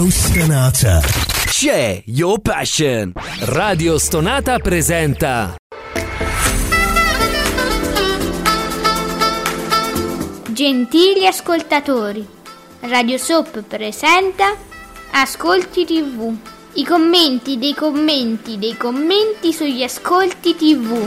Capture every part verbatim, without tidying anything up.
Stonata. Share your passion. Radio Stonata presenta Gentili ascoltatori, Radio Soap presenta Ascolti tivù. I commenti dei commenti dei commenti sugli ascolti tivù.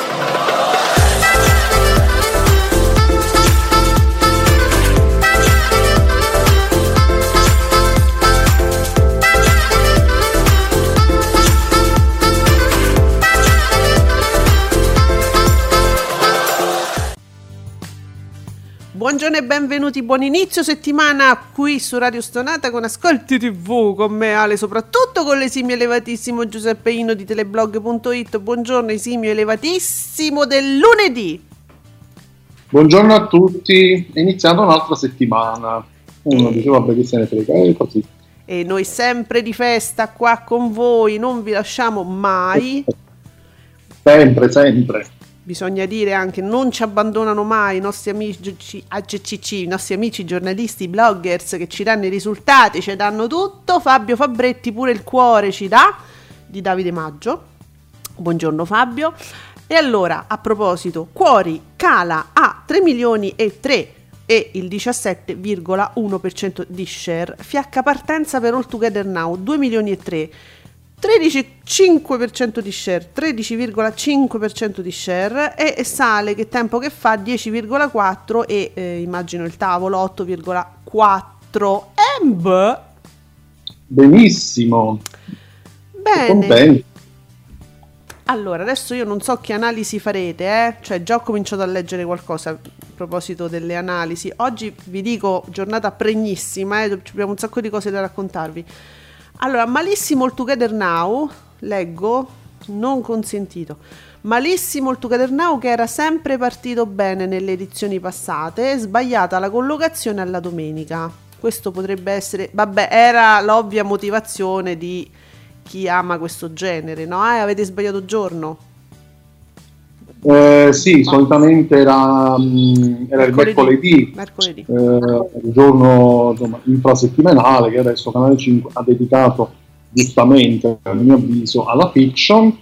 Buongiorno e benvenuti, buon inizio settimana qui su Radio Stonata con Ascolti tivù, con me Ale, soprattutto con l'esimio elevatissimo Giuseppe Ino di teleblog punto it. Buongiorno esimio elevatissimo del lunedì. Buongiorno a tutti, è iniziata un'altra settimana. Uno e... dice vabbè che se ne frega, è così. E noi sempre di festa qua con voi, non vi lasciamo mai. Sempre, sempre. Bisogna dire anche, non ci abbandonano mai i nostri amici A G C C, i nostri amici giornalisti, bloggers che ci danno i risultati, ci danno tutto. Fabio Fabretti pure il cuore ci dà, di Davide Maggio. Buongiorno Fabio. E allora, a proposito, Cuori cala a tre milioni e tre e il diciassette virgola uno per cento di share. Fiacca partenza per All Together Now, due milioni e tre. tredici virgola cinque per cento di share, tredici virgola cinque per cento di share e sale che tempo che fa dieci virgola quattro e eh, immagino il tavolo otto virgola quattro. Emb. Benissimo. Bene. Allora, adesso io non so che analisi farete, eh? Cioè già ho cominciato a leggere qualcosa a proposito delle analisi. Oggi vi dico giornata pregnissima, eh? Abbiamo un sacco di cose da raccontarvi. Allora, malissimo il Together Now, leggo, non consentito, malissimo il Together Now che era sempre partito bene nelle edizioni passate, sbagliata la collocazione alla domenica. Questo potrebbe essere, vabbè, era l'ovvia motivazione di chi ama questo genere, no? Eh, avete sbagliato giorno? Eh, sì, solitamente era, mh, era il mercoledì, mercoledì. Eh, il giorno insomma, infrasettimanale che adesso Canale cinque ha dedicato giustamente, a mio avviso, alla fiction,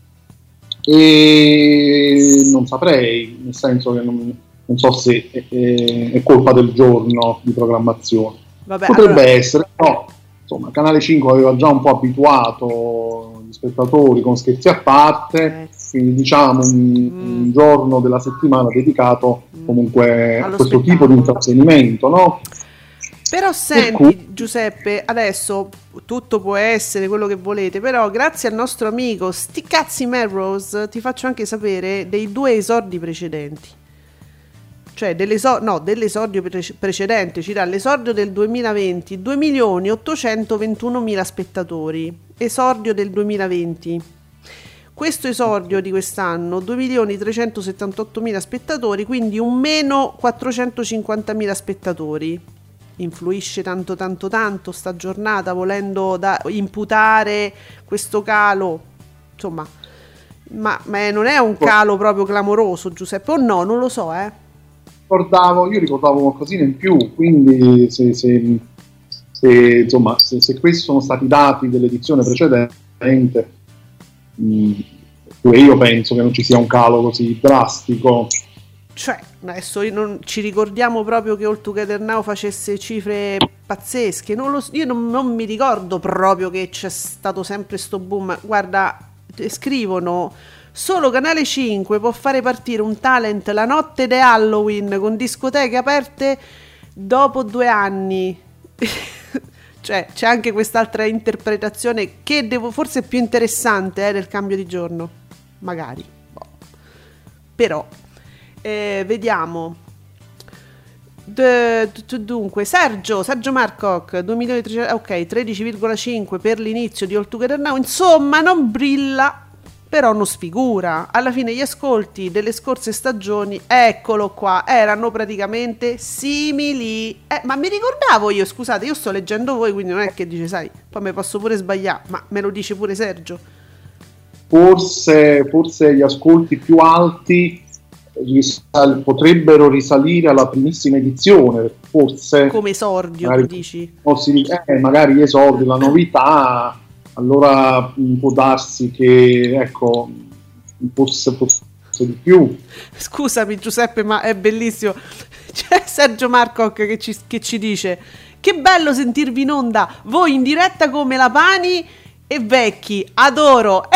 e non saprei, nel senso che non, non so se è, è, è colpa del giorno di programmazione. Vabbè, potrebbe allora... essere, però insomma Canale cinque aveva già un po' abituato gli spettatori con Scherzi a parte, eh. Quindi diciamo un, mm. un giorno della settimana dedicato comunque Allo a questo spettacolo. Tipo di intrattenimento, no? Però senti cui... Giuseppe, adesso tutto può essere quello che volete, però grazie al nostro amico Sti Cazzi Melrose ti faccio anche sapere dei due esordi precedenti. Cioè dell'esor- no, dell'esordio pre- precedente, ci dà l'esordio del duemilaventi, due milioni ottocentoventunomila spettatori, esordio del duemilaventi. Questo esordio di quest'anno, due milioni trecentosettantottomila spettatori, quindi un meno quattrocentocinquantamila spettatori. Influisce tanto tanto tanto sta giornata, volendo da imputare questo calo, insomma, ma, ma non è un calo proprio clamoroso, Giuseppe, o no? Non lo so, eh. Ricordavo, io ricordavo qualcosina in più, quindi se, se, se, insomma, se, se questi sono stati i dati dell'edizione precedente, pure io penso che non ci sia un calo così drastico. Cioè, adesso non ci ricordiamo proprio che All Together Now facesse cifre pazzesche. Non lo, io non, non mi ricordo proprio che c'è stato sempre sto boom. Guarda, scrivono: solo Canale cinque può fare partire un talent la notte di Halloween con discoteche aperte dopo due anni. Cioè, c'è anche quest'altra interpretazione che devo, forse è più interessante eh, del cambio di giorno. Magari. Boh. Però, eh, vediamo. D- d- dunque, Sergio, Sergio Marcoc, due milioni trecento, ok, tredici virgola cinque per l'inizio di All Together Now. Insomma, non brilla, però non sfigura. Alla fine gli ascolti delle scorse stagioni, eccolo qua, erano praticamente simili. Eh, ma mi ricordavo io, scusate, io sto leggendo voi, quindi non è che dice, sai, poi mi posso pure sbagliare, ma me lo dice pure Sergio. Forse, forse gli ascolti più alti risal- potrebbero risalire alla primissima edizione, forse come esordio, magari, tu dici? Eh, magari esordio, la novità, allora mh, può darsi che ecco fosse, fosse di più. Scusami Giuseppe, ma è bellissimo, c'è Sergio Marcoc che ci, che ci dice: che bello sentirvi in onda, voi in diretta come la Pani e vecchi, adoro.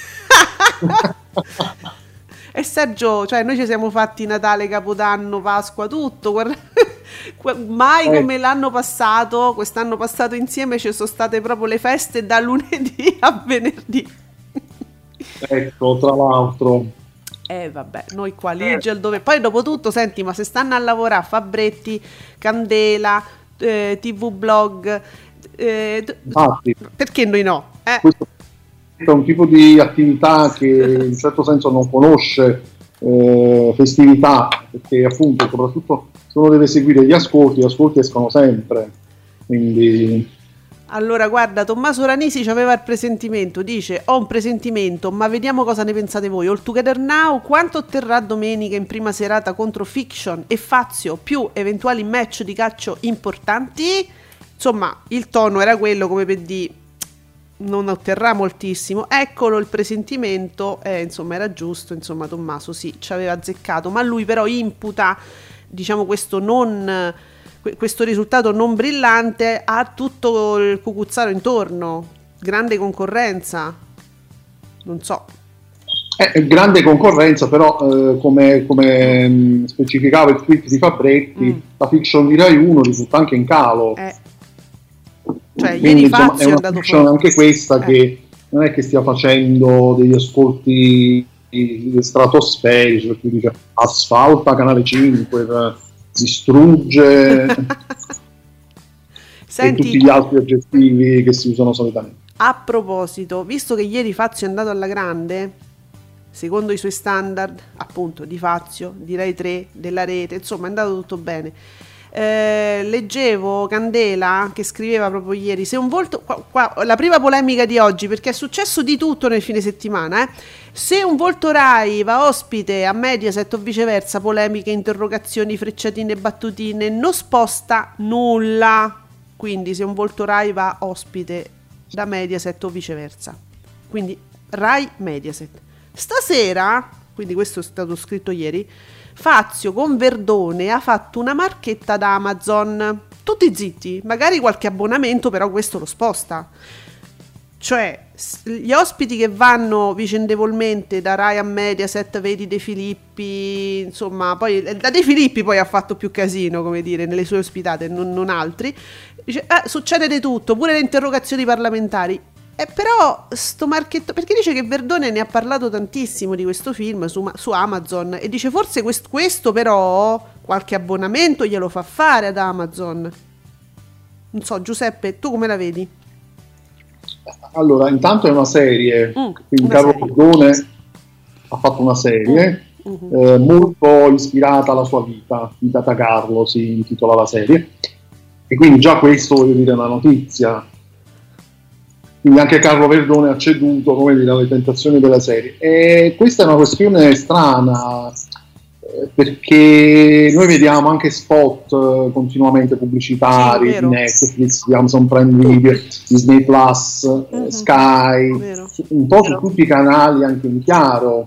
E Sergio, cioè noi ci siamo fatti Natale, Capodanno, Pasqua, tutto, guarda, mai come l'anno passato, quest'anno passato insieme ci sono state proprio le feste da lunedì a venerdì. Ecco, tra l'altro. Eh vabbè, noi qua Ligel dove poi dopo tutto, senti, ma se stanno a lavorare Fabretti, Candela, eh, tivù Blog, eh, d- perché noi no? Eh? Questo è un tipo di attività che in un certo senso non conosce eh, festività, perché appunto soprattutto se uno deve seguire gli ascolti, gli ascolti escono sempre, quindi... Allora guarda, Tommaso Ranisi aveva il presentimento, dice: ho un presentimento, ma vediamo cosa ne pensate voi. All Together Now quanto otterrà domenica in prima serata contro Fiction e Fazio, più eventuali match di calcio importanti? Insomma, il tono era quello, come per dire, non otterrà moltissimo. Eccolo il presentimento, eh, insomma era giusto, insomma Tommaso sì, ci aveva azzeccato, ma lui però imputa, diciamo, questo non... questo risultato non brillante a tutto il cucuzzaro intorno, grande concorrenza, non so. Eh, grande concorrenza, però eh, come, come mh, specificava il tweet di Fabretti, mm. la Fiction di Rai uno risulta anche in calo. Eh. Cioè, quindi ieri insomma, Fazio è una è Fiction fuori. Anche questa eh. che non è che stia facendo degli ascolti stratosferici, per cui dice asfalta Canale cinque, distrugge Senti, e tutti gli altri aggettivi che si usano solitamente. A proposito, visto che ieri Fazio è andato alla grande, secondo i suoi standard, appunto, di Fazio, di Rai tre, della rete, insomma è andato tutto bene. Eh, leggevo Candela che scriveva proprio ieri: se un volto, qua, qua, la prima polemica di oggi, perché è successo di tutto nel fine settimana, eh? Se un volto Rai va ospite a Mediaset o viceversa, polemiche, interrogazioni, frecciatine, battutine, non sposta nulla. Quindi se un volto Rai va ospite da Mediaset o viceversa, quindi Rai Mediaset. Stasera, quindi questo è stato scritto ieri, Fazio con Verdone ha fatto una marchetta da Amazon, tutti zitti, magari qualche abbonamento, però questo lo sposta. Cioè, gli ospiti che vanno vicendevolmente da Rai a Mediaset, vedi De Filippi, insomma, poi da De Filippi poi ha fatto più casino, come dire, nelle sue ospitate, non, non altri. Dice, eh, succede di tutto, pure le interrogazioni parlamentari. Eh, però sto marchetto, perché dice che Verdone ne ha parlato tantissimo di questo film su, su Amazon, e dice forse quest, questo però qualche abbonamento glielo fa fare ad Amazon. Non so, Giuseppe, tu come la vedi? Allora, intanto è una serie, mm, quindi una Carlo serie. Verdone ha fatto una serie mm, mm-hmm. eh, molto ispirata alla sua vita, Vita da Carlo si intitola la serie, e quindi già questo, voglio dire, è una notizia. Quindi anche Carlo Verdone ha ceduto, come dire, alle tentazioni della serie. E questa è una questione strana, eh, perché noi vediamo anche spot eh, continuamente pubblicitari, sì, di Netflix, di Amazon Prime Video, Disney Plus, mm-hmm. eh, Sky, vero. un po' su tutti i canali anche in chiaro.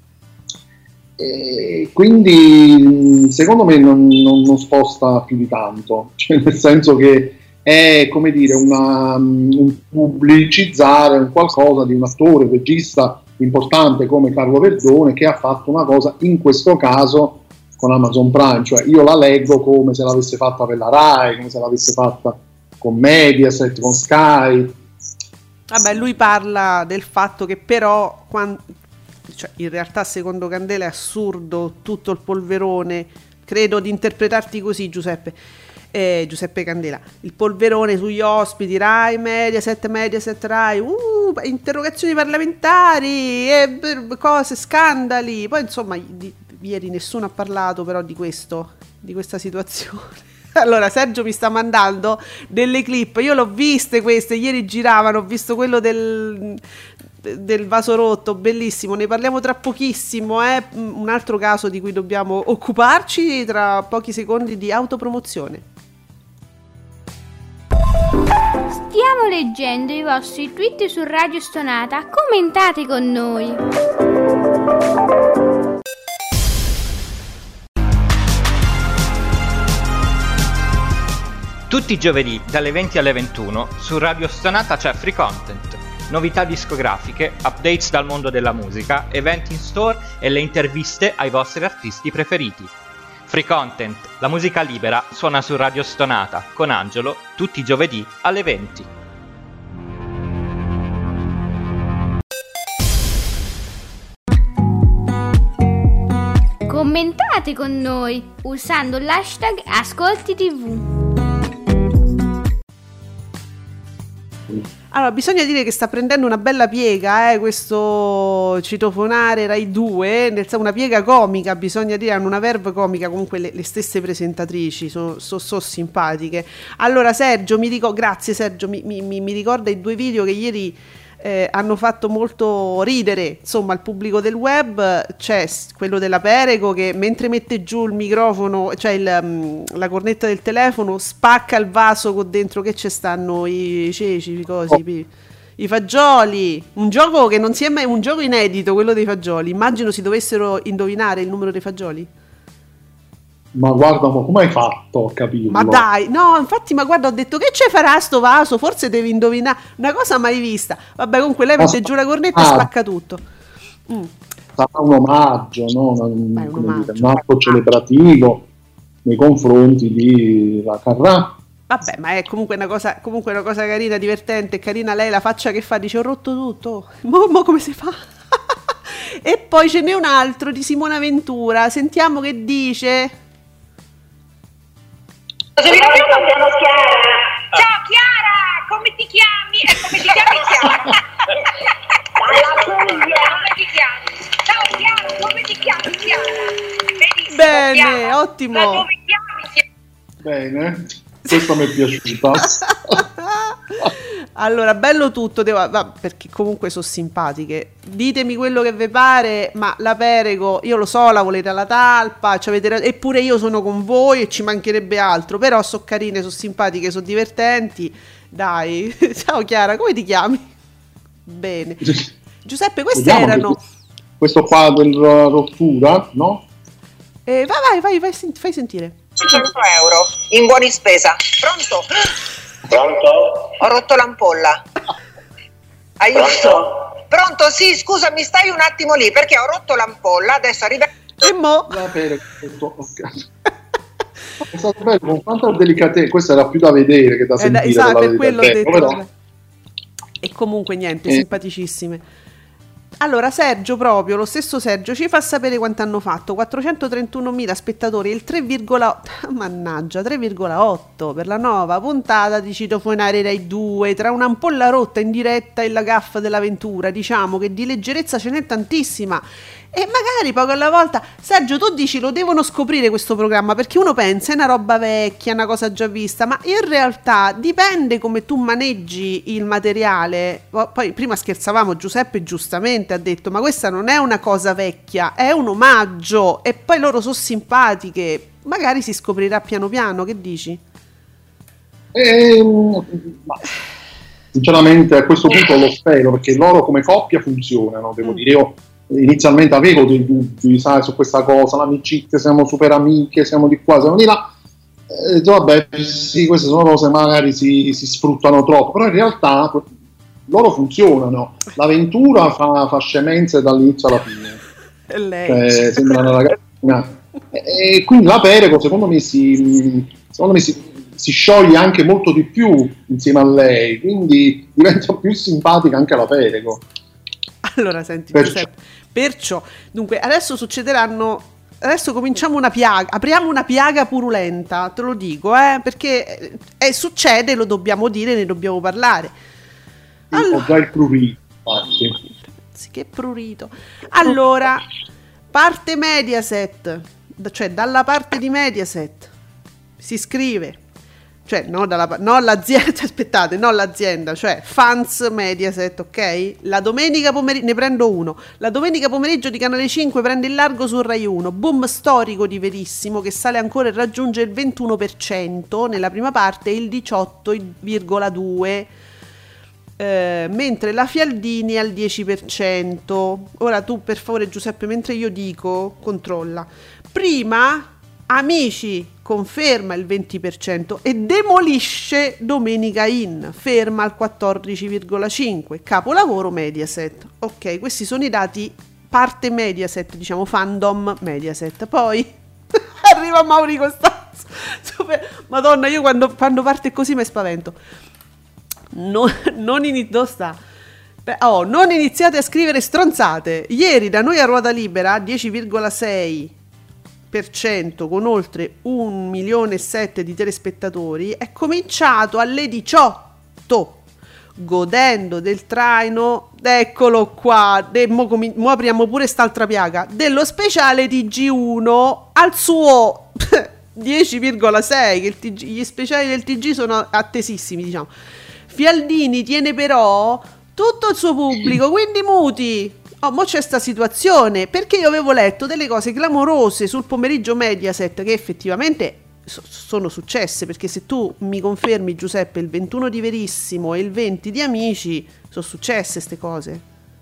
E quindi secondo me non, non, non sposta più di tanto, cioè, nel senso che è, come dire, una, un pubblicizzare un qualcosa di un attore, regista importante come Carlo Verdone, che ha fatto una cosa, in questo caso con Amazon Prime, cioè io la leggo come se l'avesse fatta per la Rai, come se l'avesse fatta con Mediaset, con Sky. Vabbè, lui parla del fatto che però quando, cioè, in realtà secondo Candela è assurdo tutto il polverone, credo di interpretarti così, Giuseppe. Eh, Giuseppe Candela, il polverone sugli ospiti Rai, Mediaset, Mediaset, Rai, uh, interrogazioni parlamentari, eh, cose, scandali. Poi insomma di, ieri nessuno ha parlato però di questo, di questa situazione. Allora Sergio mi sta mandando delle clip, io l'ho viste queste, ieri giravano, ho visto quello del del vaso rotto, bellissimo, ne parliamo tra pochissimo, è eh? un altro caso di cui dobbiamo occuparci tra pochi secondi di autopromozione. Stiamo leggendo i vostri tweet su Radio Stonata, commentate con noi. Tutti i giovedì dalle venti alle ventuno su Radio Stonata c'è Free Content, novità discografiche, updates dal mondo della musica, eventi in store e le interviste ai vostri artisti preferiti. Free Content, la musica libera, suona su Radio Stonata con Angelo tutti i giovedì alle venti. Commentate con noi usando l'hashtag Ascolti tivù. Allora, bisogna dire che sta prendendo una bella piega, eh, questo citofonare Rai due, nel senso una piega comica, bisogna dire, hanno una verve comica, comunque le, le stesse presentatrici, sono so, so simpatiche. Allora Sergio, mi dico, grazie Sergio, mi, mi, mi ricorda i due video che ieri eh, hanno fatto molto ridere, insomma, il pubblico del web. C'è quello della Perego che mentre mette giù il microfono, cioè il, um, la cornetta del telefono, spacca il vaso con dentro che ci stanno i ceci, i cosi, oh. i, i fagioli, un gioco che non si è mai, un gioco inedito, quello dei fagioli. Immagino si dovessero indovinare il numero dei fagioli. Ma guarda, ma come hai fatto a capirlo? Ma dai, no, infatti, ma guarda, ho detto che ci farà sto vaso, forse devi indovinare, una cosa mai vista. Vabbè, comunque lei mette giù la cornetta e spacca tutto. Mm. Sarà un omaggio, no? Un, Beh, un, omaggio. Dire, un atto celebrativo nei confronti di la Carrà. Vabbè, ma è comunque una cosa, comunque una cosa carina, divertente, carina lei, la faccia che fa, dice ho rotto tutto, mo, mo come si fa? E poi ce n'è un altro di Simona Ventura, sentiamo che dice... Ciao Chiara! Ciao Chiara! Come ti chiami? E come ti chiami Chiara? Come ti chiami? Ciao Chiara, come ti chiami Chiara? Benissimo, bene, Chiara. ottimo. Ma dove chiami Chiara? Bene, questo mi è piaciuta. Allora, bello tutto, devo, va, perché comunque sono simpatiche. Ditemi quello che vi pare, ma la Perego, io lo so, la volete alla talpa, eppure io sono con voi e ci mancherebbe altro, però sono carine, sono simpatiche, sono divertenti. Dai, ciao Chiara, come ti chiami? Bene. Giuseppe, queste Vediamo erano... Questo qua della rottura, no? Eh, vai, vai, vai, vai, fai sentire. cento euro in buoni spesa. Pronto? Pronto? Ho rotto l'ampolla. Aiuto. Pronto? Pronto? Sì, scusa, mi stai un attimo lì perché ho rotto l'ampolla, adesso arriva... E mo? Va bene, questo... È stato bello, con quanta delicatezza, questo era più da vedere che da sentire. Eh, esatto, per quello ho tempo, detto. però... E comunque niente, eh. simpaticissime. Allora Sergio, proprio lo stesso Sergio ci fa sapere quanto hanno fatto: quattrocentotrentunomila spettatori, il tre virgola otto, mannaggia, tre virgola otto per la nuova puntata di Citofonare Rai due, tra un'ampolla rotta in diretta e la gaffa dell'avventura. Diciamo che di leggerezza ce n'è tantissima e magari poco alla volta. Sergio, tu dici lo devono scoprire questo programma, perché uno pensa è una roba vecchia, una cosa già vista, ma in realtà dipende come tu maneggi il materiale. Poi prima scherzavamo, Giuseppe giustamente ha detto ma questa non è una cosa vecchia, è un omaggio, e poi loro sono simpatiche, magari si scoprirà piano piano. Che dici? Eh, ma, sinceramente a questo punto lo spero, perché loro come coppia funzionano, devo mm. dire. Io inizialmente avevo dei dubbi, sai, su questa cosa, l'amicizia, siamo super amiche, siamo di qua, siamo di là. Eh, vabbè, sì, queste sono cose magari si, si sfruttano troppo, però in realtà loro funzionano. L'avventura fa, fa scemenze dall'inizio alla fine. E lei cioè, sembra una ragazzina. E, e quindi la Perego secondo me si secondo me si, si scioglie anche molto di più insieme a lei, quindi diventa più simpatica anche la Perego. Allora senti perciò. Giuseppe, perciò dunque adesso succederanno, adesso cominciamo una piaga, apriamo una piaga purulenta, te lo dico, eh, perché eh, succede, lo dobbiamo dire, ne dobbiamo parlare. Allora, ho già il prurito, infatti. Che prurito. Allora, parte Mediaset, cioè dalla parte di Mediaset si scrive: cioè no, dalla, no l'azienda, aspettate, no l'azienda, cioè Fans Mediaset, ok? La domenica pomeriggio, ne prendo uno, la domenica pomeriggio di Canale cinque prende il largo su Rai uno, boom storico di Verissimo che sale ancora e raggiunge il ventuno per cento nella prima parte e il diciotto virgola due per cento. Eh, mentre la Fialdini è al dieci per cento. Ora tu per favore Giuseppe, mentre io dico, controlla. Prima Amici conferma il venti per cento e demolisce Domenica In, ferma al quattordici virgola cinque per cento. Capolavoro Mediaset. Ok, questi sono i dati parte Mediaset, diciamo fandom Mediaset. Poi arriva Mauri Costanzo. Madonna, io quando, quando parte così mi spavento. Non, non, inizio, sta. Oh, non iniziate a scrivere stronzate. Ieri da Noi a Ruota Libera dieci virgola sei per cento con oltre un milione e sette di telespettatori è cominciato alle diciotto, godendo del traino, eccolo qua, de, mo, comi, mo apriamo pure st'altra piaga, dello speciale T G uno al suo dieci virgola sei, che il T G, gli speciali del T G sono attesissimi, diciamo. Fialdini tiene però tutto il suo pubblico, quindi muti. Oh, mo c'è sta situazione, perché io avevo letto delle cose clamorose sul pomeriggio Mediaset che effettivamente so- sono successe, perché se tu mi confermi Giuseppe il ventuno di Verissimo e il venti di Amici, sono successe ste cose.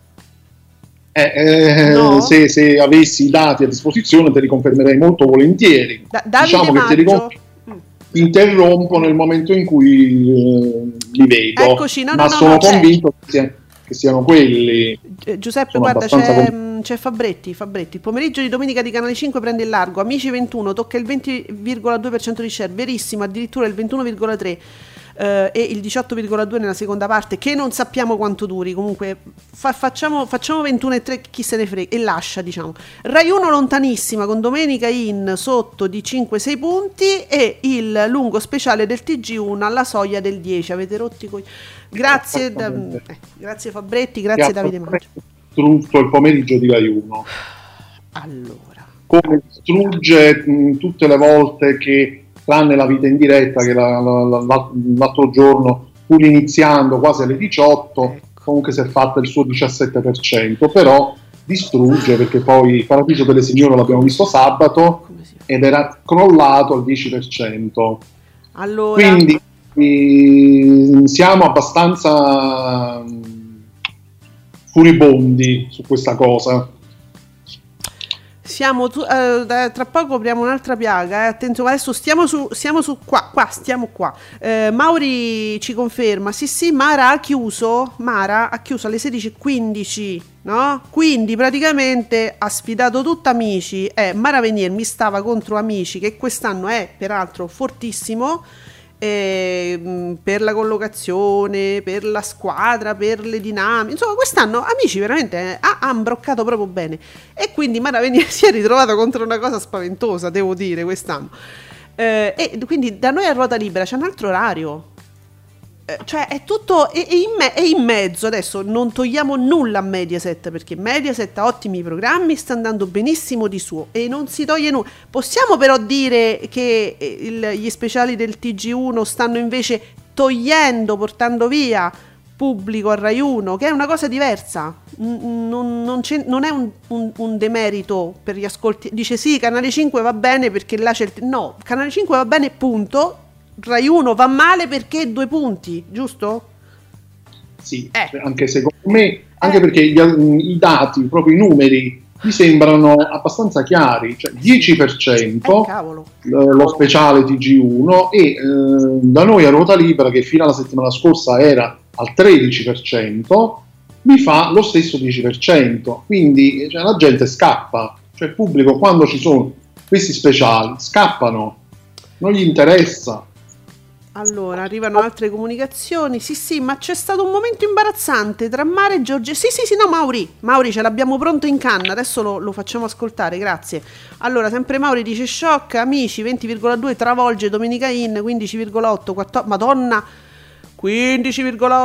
Eh, eh, no? se, se avessi i dati a disposizione te li confermerei molto volentieri. Da- diciamo che te li confermo. Interrompo nel momento in cui eh, li vedo. Eccoci, no, ma no, no, sono no, convinto che, sia, che siano quelli. Eh, Giuseppe, guarda, c'è, con... c'è Fabretti, Fabretti. Il pomeriggio di domenica di Canale cinque prende il largo. Amici ventuno, tocca il venti virgola due per cento di share. Verissimo, addirittura il ventuno virgola tre per cento. Uh, e il diciotto virgola due nella seconda parte, che non sappiamo quanto duri. Comunque fa, facciamo, facciamo ventuno e tre, chi se ne frega, e lascia, diciamo. Rai uno lontanissima con Domenica In sotto di cinque sei punti e il lungo speciale del T G uno alla soglia del dieci. Avete rotti coi... Grazie da, eh, grazie Fabretti, grazie Davide Maggio. Tutto il pomeriggio di Rai uno. Allora, come distrugge mh, tutte le volte che, tranne la vita in diretta che la, la, la, l'altro giorno, pur iniziando quasi alle diciotto, ecco, comunque si è fatta il suo diciassette per cento, però distrugge, perché poi Paradiso delle Signore l'abbiamo visto sabato ed era crollato al dieci per cento. Allora... Quindi eh, siamo abbastanza furibondi su questa cosa. Siamo tu, eh, tra poco apriamo un'altra piaga, eh. Attenzione, adesso stiamo su, stiamo su qua, qua, stiamo qua. Eh, Mauri ci conferma, sì sì, Mara ha chiuso, Mara ha chiuso alle sedici e quindici, no? Quindi praticamente ha sfidato tutto Amici, eh, Mara Venier mi stava contro Amici, che quest'anno è peraltro fortissimo, eh, per la collocazione, per la squadra, per le dinamiche, insomma quest'anno Amici veramente eh, ha, ha imbroccato proprio bene, e quindi Mara Venier si è ritrovata contro una cosa spaventosa, devo dire, quest'anno, eh, e quindi da Noi a Ruota Libera c'è un altro orario, eh, cioè è tutto è, è, in me, è in mezzo. Adesso non togliamo nulla a Mediaset, perché Mediaset ha ottimi programmi, sta andando benissimo di suo e non si toglie nulla. Possiamo però dire che il, gli speciali del T G uno stanno invece togliendo, portando via pubblico a Rai uno, che è una cosa diversa, non, non, c'è, non è un, un, un demerito per gli ascolti. Dice sì, Canale cinque va bene perché là c'è il... No, Canale cinque va bene, punto. Rai uno va male perché due punti, giusto? Sì, eh. anche secondo me, anche eh. perché gli, i dati, proprio i numeri, mi sembrano abbastanza chiari, cioè dieci per cento eh, lo speciale T G uno e eh, da Noi a Ruota Libera, che fino alla settimana scorsa era al tredici per cento, mi fa lo stesso dieci per cento, quindi cioè, la gente scappa, cioè il pubblico quando ci sono questi speciali scappano, non gli interessa. Allora, arrivano altre comunicazioni. Sì, sì, ma c'è stato un momento imbarazzante tra Mara e Giorgia. Sì, sì, sì, no, Mauri. Mauri, ce l'abbiamo pronto in canna. Adesso lo, lo facciamo ascoltare, grazie. Allora, sempre Mauri dice shock, Amici, venti virgola due, travolge Domenica In, quindici virgola otto, quattordici, Madonna, quindici virgola otto.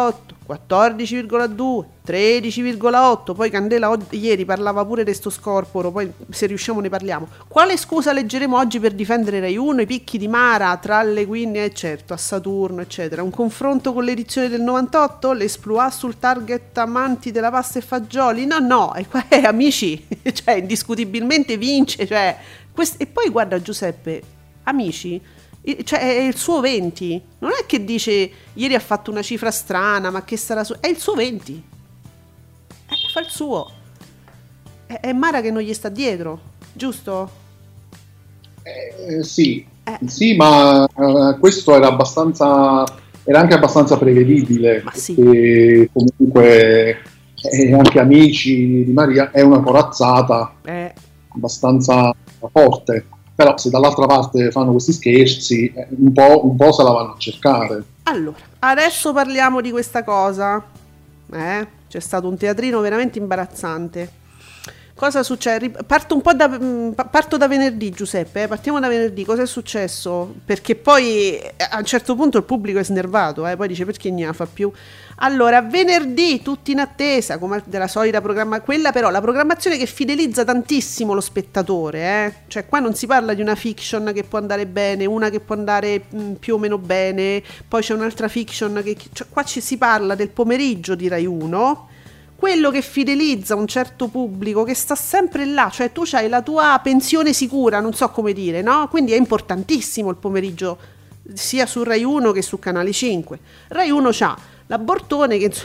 quattordici virgola due, tredici virgola otto, poi Candela od- ieri parlava pure di sto scorporo, poi se riusciamo ne parliamo. Quale scusa leggeremo oggi per difendere Rai uno, i picchi di Mara tra le quindi e certo a Saturno eccetera, un confronto con l'edizione del novantotto, l'esploit sul target amanti della pasta e fagioli, no no, e qua è Amici, cioè indiscutibilmente vince, cioè quest- e poi guarda Giuseppe, Amici, cioè è il suo venti, non è che dice ieri ha fatto una cifra strana ma che sarà su- è il suo venti, eh, fa il suo, è, è Mara che non gli sta dietro, giusto? Eh, sì, eh. sì, ma uh, questo era abbastanza, era anche abbastanza prevedibile, ma sì. Perché comunque eh, anche Amici di Maria è una corazzata eh. abbastanza forte. Però se dall'altra parte fanno questi scherzi, eh, un po', un po' se la vanno a cercare. Allora, adesso parliamo di questa cosa. Eh? C'è stato un teatrino veramente imbarazzante. Cosa succede? Parto un po' da, parto da venerdì, Giuseppe, eh? Partiamo da venerdì. Cosa è successo? Perché poi a un certo punto il pubblico è snervato, eh? Poi dice perché ne fa più. Allora, venerdì, tutti in attesa, come della solita programma, quella però, la programmazione che fidelizza tantissimo lo spettatore, eh? Cioè qua non si parla di una fiction che può andare bene, una che può andare mh, più o meno bene, poi c'è un'altra fiction che, cioè, qua ci si parla del pomeriggio di Rai uno, quello che fidelizza un certo pubblico che sta sempre là, cioè tu c'hai la tua pensione sicura, non so come dire, no? Quindi è importantissimo il pomeriggio sia su Rai uno che su Canale cinque. Rai uno c'ha la Bortone che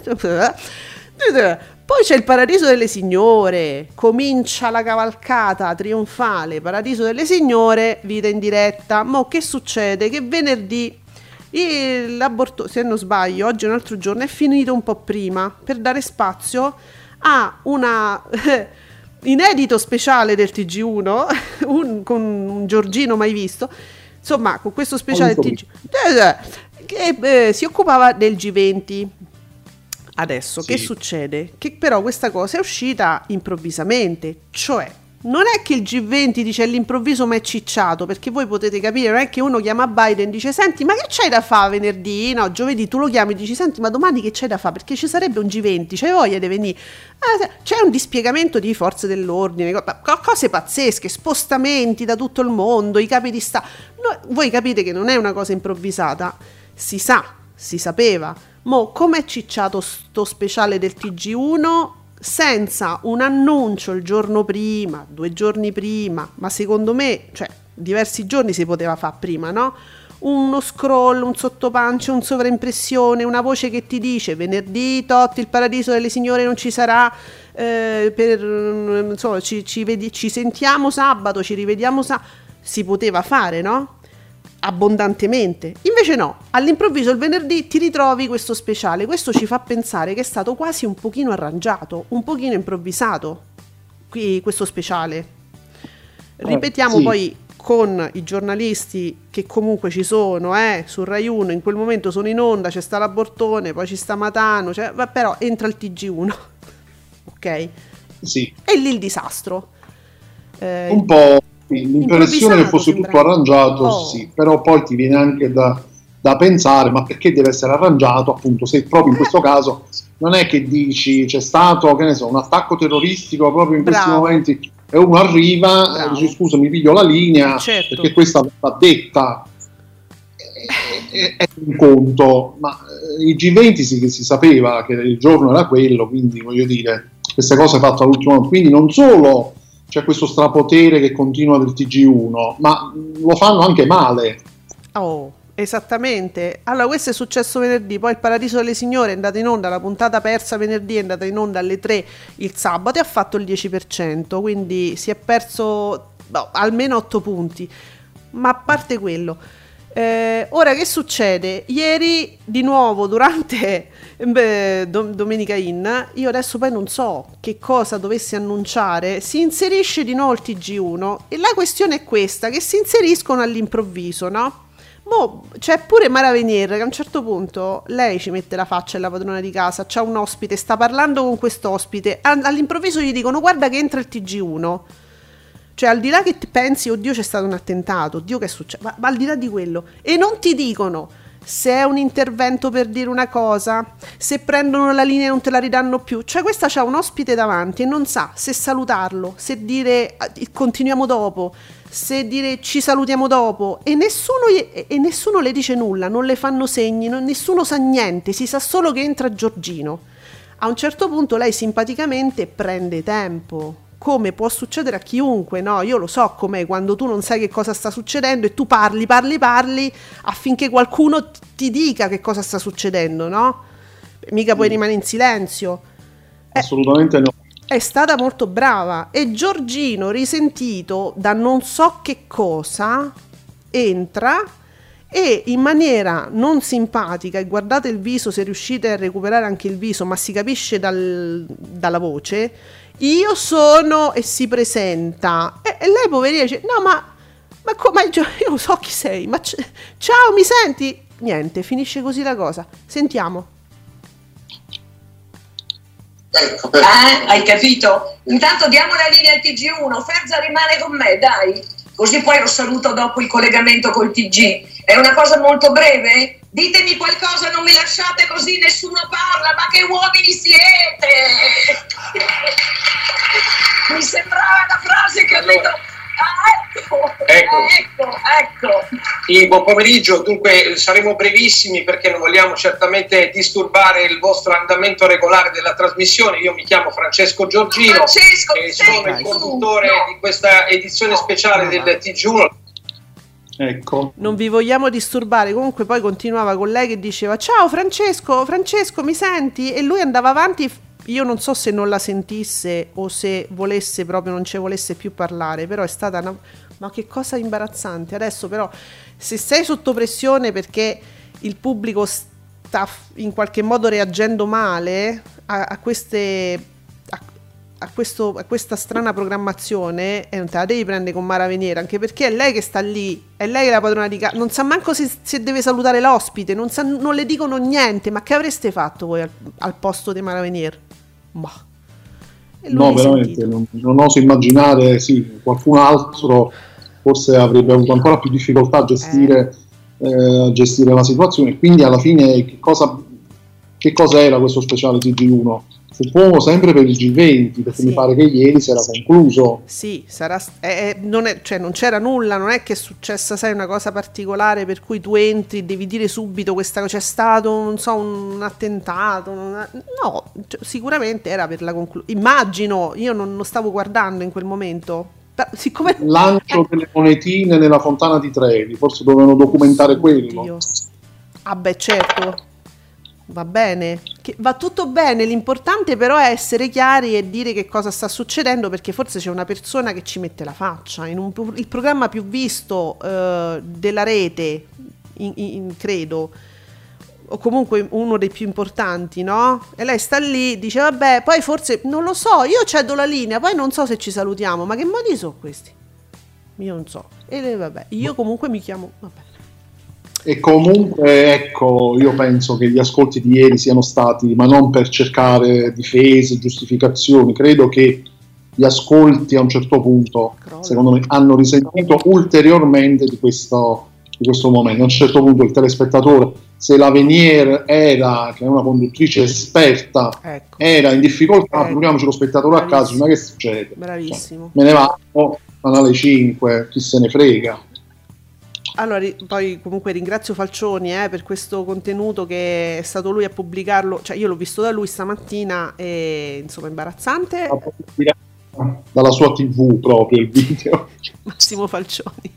poi c'è il Paradiso delle Signore, comincia la cavalcata trionfale Paradiso delle Signore, vita in diretta. Mo che succede? Che venerdì il, la Bortone, se non sbaglio, oggi è un altro giorno, è finito un po' prima per dare spazio a una inedito speciale del T G uno un, con un Giorgino mai visto, insomma con questo speciale T G che eh, si occupava del G venti. Adesso sì. Che succede? Che però questa cosa è uscita improvvisamente, cioè non è che il G venti dice all'improvviso ma è cicciato, perché voi potete capire, non è che uno chiama Biden e dice senti ma che c'hai da fare venerdì? No, giovedì tu lo chiami e dici senti ma domani che c'hai da fare? Perché ci sarebbe un G venti, c'hai voglia di venire? Ah, c'è un dispiegamento di forze dell'ordine, cose pazzesche, spostamenti da tutto il mondo, i capi di Stato. No, voi capite che non è una cosa improvvisata, si sa, si sapeva. Mo come è cicciato sto speciale del T G uno senza un annuncio il giorno prima, due giorni prima, ma secondo me, cioè diversi giorni si poteva fare prima, no? Uno scroll, un sottopance, un sovraimpressione, una voce che ti dice venerdì tot il Paradiso delle Signore non ci sarà, eh, per, insomma, ci, ci, vedi, ci sentiamo sabato, ci rivediamo sabato, si poteva fare, no? Abbondantemente. Invece no, all'improvviso il venerdì ti ritrovi questo speciale. Questo ci fa pensare che è stato quasi un pochino arrangiato, un pochino improvvisato qui questo speciale. Ripetiamo eh, sì. Poi con i giornalisti che comunque ci sono, eh, su Rai uno in quel momento sono in onda, c'è sta la Bortone, poi ci sta Matano, cioè, però entra il T G uno. Ok? Sì. E lì il disastro. Eh, un po' l'impressione che fosse sembra. Tutto arrangiato, oh. Sì, però poi ti viene anche da, da pensare, ma perché deve essere arrangiato, appunto, se proprio in questo caso non è che dici c'è stato, che ne so, un attacco terroristico proprio in questi Bravo. Momenti e uno arriva e dice scusa mi piglio la linea, certo. Perché questa va detta, è, è un conto, ma i G venti si, si sapeva che il giorno era quello, quindi voglio dire, queste cose fatte all'ultimo momento, quindi non solo c'è questo strapotere che continua del T G uno, ma lo fanno anche male. Oh, esattamente. Allora, questo è successo venerdì, poi il Paradiso delle Signore è andato in onda, la puntata persa venerdì è andata in onda alle tre il sabato e ha fatto il dieci per cento, quindi si è perso boh, almeno otto punti. Ma a parte quello, eh, ora che succede? Ieri di nuovo durante beh, dom- Domenica In, io adesso poi non so che cosa dovessi annunciare, si inserisce di nuovo il T G uno e la questione è questa, che si inseriscono all'improvviso, no? Mo c'è pure Mara Venier che a un certo punto lei ci mette la faccia, è la padrona di casa, c'ha un ospite, sta parlando con quest'ospite, all'improvviso gli dicono guarda che entra il T G uno. Cioè al di là che pensi oddio c'è stato un attentato, oddio che è successo, ma, ma al di là di quello, e non ti dicono se è un intervento per dire una cosa, se prendono la linea e non te la ridanno più. Cioè questa c'ha un ospite davanti e non sa se salutarlo, se dire continuiamo dopo, se dire ci salutiamo dopo, e nessuno, e nessuno le dice nulla, non le fanno segni, non, nessuno sa niente, si sa solo che entra Giorgino. A un certo punto lei simpaticamente prende tempo, come può succedere a chiunque, no? Io lo so com'è quando tu non sai che cosa sta succedendo e tu parli, parli, parli affinché qualcuno ti dica che cosa sta succedendo, no? Mica puoi rimanere in silenzio. Assolutamente no. È stata molto brava, e Giorgino, risentito da non so che cosa, entra e in maniera non simpatica, e guardate il viso se riuscite a recuperare anche il viso, ma si capisce dal, dalla voce, io sono, e si presenta, e, e lei poverina dice no ma ma come, io non so chi sei, ma c- ciao, mi senti? Niente, finisce così la cosa. Sentiamo. Ecco, eh, hai capito? Intanto diamo la linea al T G uno, Ferza rimane con me, dai, così poi lo saluto dopo il collegamento col T G. È una cosa molto breve? Ditemi qualcosa, non mi lasciate così, nessuno parla, ma che uomini siete! Mi sembrava una frase che ho detto... Ah, ecco, ecco, ecco, ecco. Sì, buon pomeriggio. Dunque saremo brevissimi perché non vogliamo certamente disturbare il vostro andamento regolare della trasmissione. Io mi chiamo Francesco Giorgino, Francesco, e sono il conduttore no. di questa edizione speciale no, del T G uno. Ecco. Non vi vogliamo disturbare. Comunque poi continuava con lei che diceva ciao Francesco, Francesco mi senti? E lui andava avanti. Io non so se non la sentisse o se volesse proprio, non ci volesse più parlare, però è stata una... ma che cosa imbarazzante. Adesso però se sei sotto pressione perché il pubblico sta in qualche modo reagendo male a, a queste a, a, questo, a questa strana programmazione, e non te la devi prendere con Mara Veniera, anche perché è lei che sta lì, è lei che è la padrona di casa, non sa manco se, se deve salutare l'ospite, non, sa, non le dicono niente. Ma che avreste fatto voi al, al posto di Mara Veniera? Ma no, veramente non, non oso immaginare. Sì, qualcun altro forse avrebbe avuto ancora più difficoltà a gestire, eh. Eh, a gestire la situazione. Quindi alla fine che cosa, che cosa era questo speciale T G uno? Suppongo sempre per il G venti, perché sì, mi pare che ieri si era concluso. Sì, sarà, eh, non, è, cioè non c'era nulla, non è che è successa, sai, una cosa particolare per cui tu entri, devi dire subito questa cosa, c'è stato, non so, un attentato. Una, no, cioè, sicuramente era per la conclusione. Immagino, io non, non stavo guardando in quel momento. Però, siccome... Lancio delle monetine nella fontana di Trevi, forse dovevano documentare quello. Dio. Ah beh, certo. Va bene, che va tutto bene, l'importante però è essere chiari e dire che cosa sta succedendo, perché forse c'è una persona che ci mette la faccia in un, il programma più visto uh, della rete, in, in, credo, o comunque uno dei più importanti, no? E lei sta lì, dice vabbè, poi forse, non lo so, io cedo la linea, poi non so se ci salutiamo, ma che modi sono questi? Io non so, e vabbè, io comunque mi chiamo, vabbè. E comunque, ecco, io penso che gli ascolti di ieri siano stati, ma non per cercare difese, giustificazioni, credo che gli ascolti a un certo punto, Crollo. secondo me, hanno risentito ulteriormente di questo, di questo momento. A un certo punto il telespettatore, se la Venier era, che è una conduttrice esperta, ecco. era in difficoltà, ecco. proviamoci lo spettatore Bravissimo. a caso, ma che succede? Bravissimo. Cioè, me ne vado, canale cinque, chi se ne frega. Allora, poi comunque ringrazio Falcioni eh, per questo contenuto, che è stato lui a pubblicarlo, cioè io l'ho visto da lui stamattina e insomma imbarazzante. Dalla sua tivù proprio il video. Massimo Falcioni.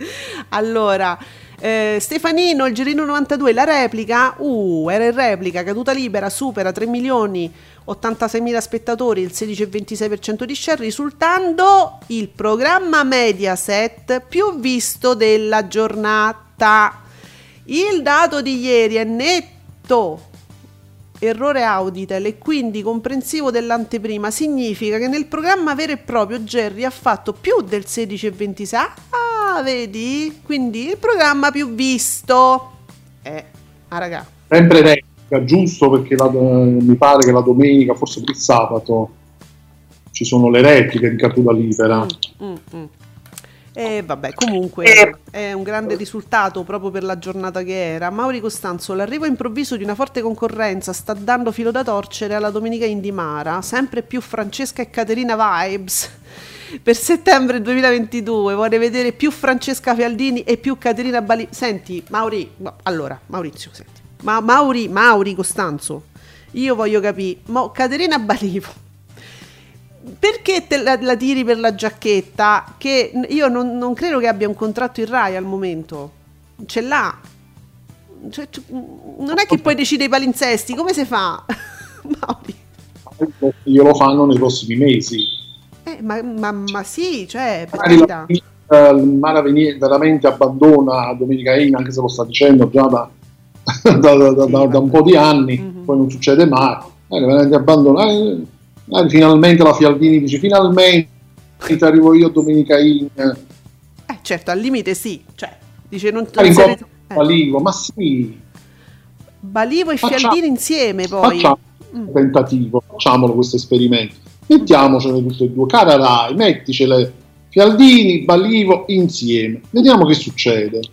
Allora, eh, Stefanino, il Girino novantadue, la replica, uh, era in replica, caduta libera, supera tre milioni ottantaseimila spettatori, il sedici virgola ventisei per cento di share, risultando il programma Mediaset più visto della giornata. Il dato di ieri è netto errore Auditel e quindi comprensivo dell'anteprima, significa che nel programma vero e proprio Jerry ha fatto più del sedici virgola ventisei. Ah, vedi? Quindi il programma più visto è ah raga. Sempre replica, giusto, perché la, mi pare che la domenica, forse il sabato, ci sono le repliche di caduta libera. Mm, mm, mm. E vabbè, comunque è un grande risultato proprio per la giornata che era. Mauri Costanzo, l'arrivo improvviso di una forte concorrenza sta dando filo da torcere alla Domenica in di Mara, sempre più Francesca e Caterina vibes. Per settembre duemilaventidue vorrei vedere più Francesca Fialdini e più Caterina Bali. Senti, Mauri, allora, Maurizio, senti. Ma Mauri, Mauri Costanzo, io voglio capire, mo Caterina Balivo, perché te la, la tiri per la giacchetta? Che io non, non credo che abbia un contratto in Rai al momento. Ce l'ha. Cioè, non è che poi decide i palinsesti. Come si fa? Io lo fanno nei prossimi mesi. Eh, ma, ma, ma sì, cioè, per carità. Il Mara Venier veramente abbandona Domenica In, anche se lo sta dicendo già da, da, da, da, da, da un po' di anni. Mm-hmm. Poi non succede mai. Eh, veramente abbandona. Eh, Eh, finalmente la Fialdini dice finalmente arrivo io Domenica In, eh certo, al limite sì, cioè dice non, non sarei... eh. Balivo, ma sì, Balivo e facciamo, Fialdini insieme poi facciamo mm. un tentativo, facciamolo questo esperimento, mettiamocele tutte e due, cara Rai, metticele Fialdini, Balivo insieme, vediamo che succede.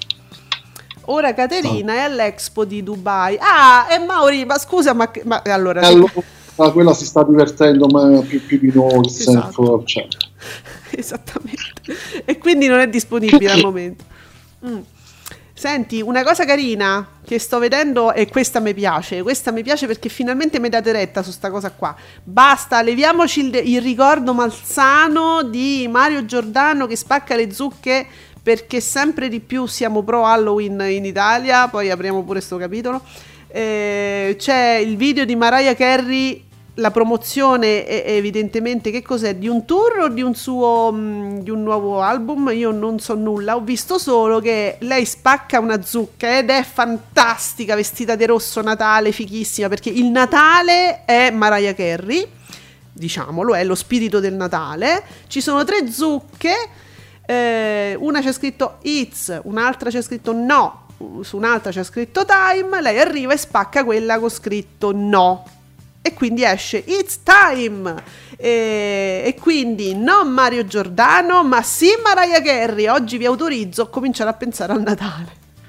Ora Caterina no. è all'Expo di Dubai. Ah, e Mauri, ma scusa, ma, ma allora, allora se... quella si sta divertendo ma più, più di noi, esatto. Cioè. Esattamente. E quindi non è disponibile al momento. Mm. Senti, una cosa carina che sto vedendo, e questa mi piace, questa mi piace perché finalmente mi date retta su sta cosa qua. Basta, leviamoci il, il ricordo malsano di Mario Giordano che spacca le zucche, perché sempre di più siamo pro Halloween in Italia, poi apriamo pure sto capitolo. Eh, c'è il video di Mariah Carey, la promozione è evidentemente che cos'è, di un tour o di un suo mh, di un nuovo album, io non so nulla, ho visto solo che lei spacca una zucca ed è fantastica, vestita di rosso, Natale, fighissima, perché il Natale è Mariah Carey, diciamolo, è lo spirito del Natale. Ci sono tre zucche, eh, una c'è scritto It's, un'altra c'è scritto No, su un'altra c'è scritto Time, lei arriva e spacca quella con scritto No e quindi esce It's Time, e, e quindi non Mario Giordano ma sì Mariah Carey. Oggi vi autorizzo a cominciare a pensare al Natale.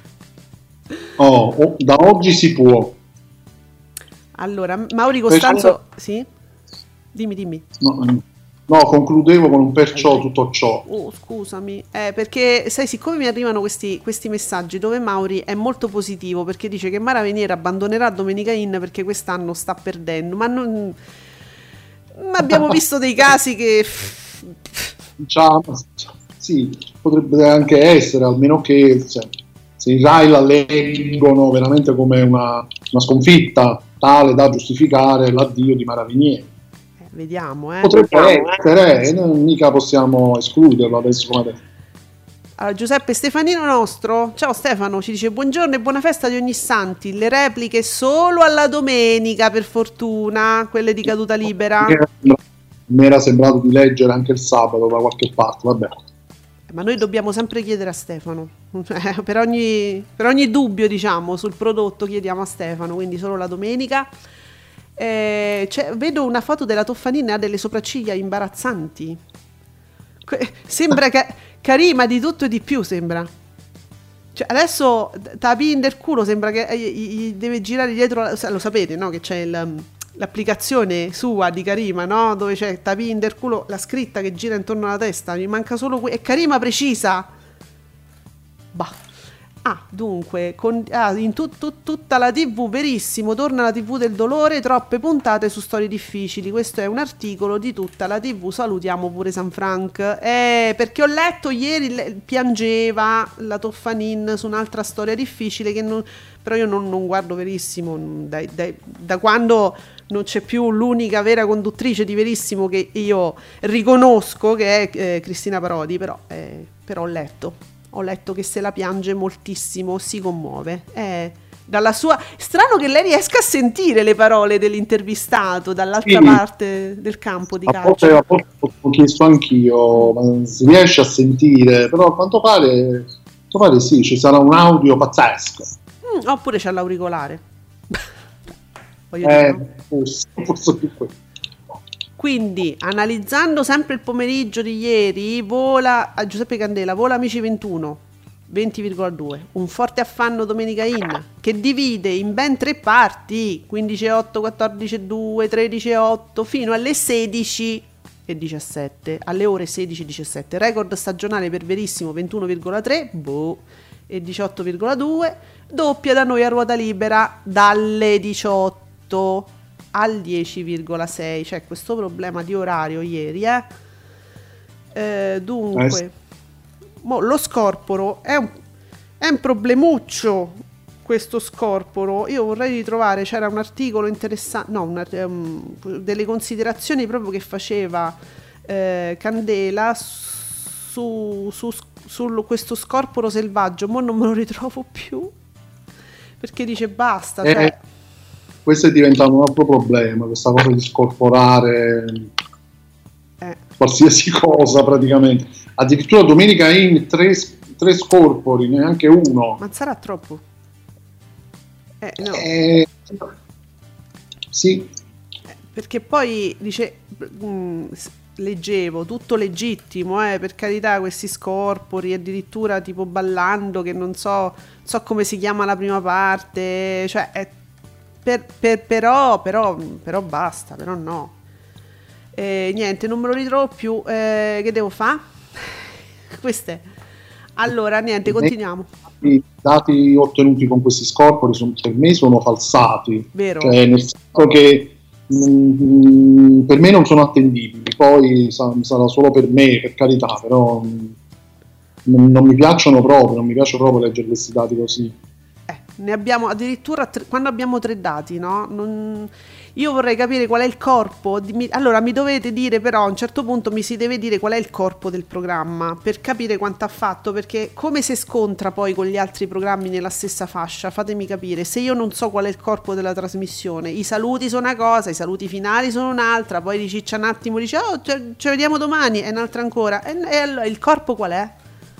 Oh, oh, da oggi si può. Allora, Mauri Costanzo, sì? Dimmi, dimmi. No, no, concludevo con un perciò tutto ciò. Oh, scusami, eh, perché sai, siccome mi arrivano questi, questi messaggi dove Mauri è molto positivo perché dice che Mara Venier abbandonerà Domenica In perché quest'anno sta perdendo, ma non ma abbiamo visto dei casi che diciamo, sì, potrebbe anche essere, almeno che cioè, se i Rai la leggono veramente come una, una sconfitta tale da giustificare l'addio di Mara Venier. Vediamo, eh. Potrebbe essere, eh, non mica possiamo escluderlo adesso come adesso. Allora, Giuseppe Stefanino nostro, ciao Stefano, ci dice buongiorno e buona festa di Ognissanti, le repliche solo alla domenica per fortuna, quelle di caduta libera. Mi era sembrato di leggere anche il sabato da qualche parte, vabbè. Ma noi dobbiamo sempre chiedere a Stefano, per ogni, per ogni dubbio diciamo sul prodotto chiediamo a Stefano, quindi solo la domenica. Eh, cioè, vedo una foto della Toffanin, ha delle sopracciglia imbarazzanti, que- sembra ca- Karima di tutto e di più, sembra, cioè, adesso Tapi del culo sembra che eh, gli deve girare dietro la- lo sapete, no? Che c'è il, l'applicazione sua di Karima, no? Dove c'è Tapi del culo, la scritta che gira intorno alla testa, mi manca solo que- è Karima precisa. Bah. Ah, dunque, con, ah, in tu, tu, tutta la tivù, verissimo, torna la tivù del dolore, troppe puntate su storie difficili. Questo è un articolo di tutta la tivù, salutiamo pure San Frank. Eh, perché ho letto ieri, le, piangeva la Toffanin su un'altra storia difficile, che non, però io non, non guardo Verissimo, dai, dai, da quando non c'è più l'unica vera conduttrice di Verissimo che io riconosco, che è eh, Cristina Parodi, però, eh, però ho letto. Ho letto che se la piange moltissimo, si commuove. Eh, dalla sua... Strano che lei riesca a sentire le parole dell'intervistato dall'altra sì. parte del campo di calcio. A volte ho chiesto anch'io, ma si riesce a sentire, però a quanto pare, a quanto pare sì, ci sarà un audio pazzesco. Mm, oppure c'è l'auricolare. eh, forse, forse più quello. Quindi, analizzando sempre il pomeriggio di ieri, vola a Giuseppe Candela, vola Amici ventuno, venti virgola due. Un forte affanno Domenica In, che divide in ben tre parti, quindici virgola otto, quattordici virgola due, tredici virgola otto, fino alle sedici e diciassette, alle ore sedici e diciassette. Record stagionale per Verissimo ventuno virgola tre, boh, e diciotto virgola due. Doppia da noi a ruota libera dalle diciotto al dieci virgola sei. C'è questo problema di orario ieri, eh? Eh, dunque, mo, lo scorporo è un, è un problemuccio. Questo scorporo, io vorrei ritrovare, c'era un articolo interessante, no, una, um, delle considerazioni proprio che faceva eh, Candela su, su, su questo scorporo selvaggio. Mo non me lo ritrovo più perché dice basta, eh, cioè... questo è diventato un altro problema, questa cosa di scorporare eh. qualsiasi cosa praticamente. Addirittura Domenica In tre, tre scorpori, neanche uno. Ma sarà troppo? Eh, no. Eh, sì. Perché poi dice, mh, leggevo, tutto legittimo, eh, per carità, questi scorpori, addirittura tipo Ballando, che non so, so come si chiama la prima parte, cioè, è, per, per, però, però, però basta, però no. Eh, niente, non me lo ritrovo più, eh, che devo fare? Queste. Allora, niente, continuiamo. I dati ottenuti con questi scorpori sono, per me sono falsati. Vero. Cioè, nel senso che mh, per me non sono attendibili, poi sa, sarà solo per me, per carità, però mh, non, non mi piacciono proprio, non mi piace proprio leggere questi dati così. Eh, ne abbiamo addirittura tre, quando abbiamo tre dati, no? Non, io vorrei capire qual è il corpo. Di, allora mi dovete dire, però a un certo punto mi si deve dire qual è il corpo del programma per capire quanto ha fatto, perché come si scontra poi con gli altri programmi nella stessa fascia? Fatemi capire, se io non so qual è il corpo della trasmissione, i saluti sono una cosa, i saluti finali sono un'altra, poi riciccia un attimo, dice oh ci, ci vediamo domani, è un'altra ancora, e, e allora il corpo qual è?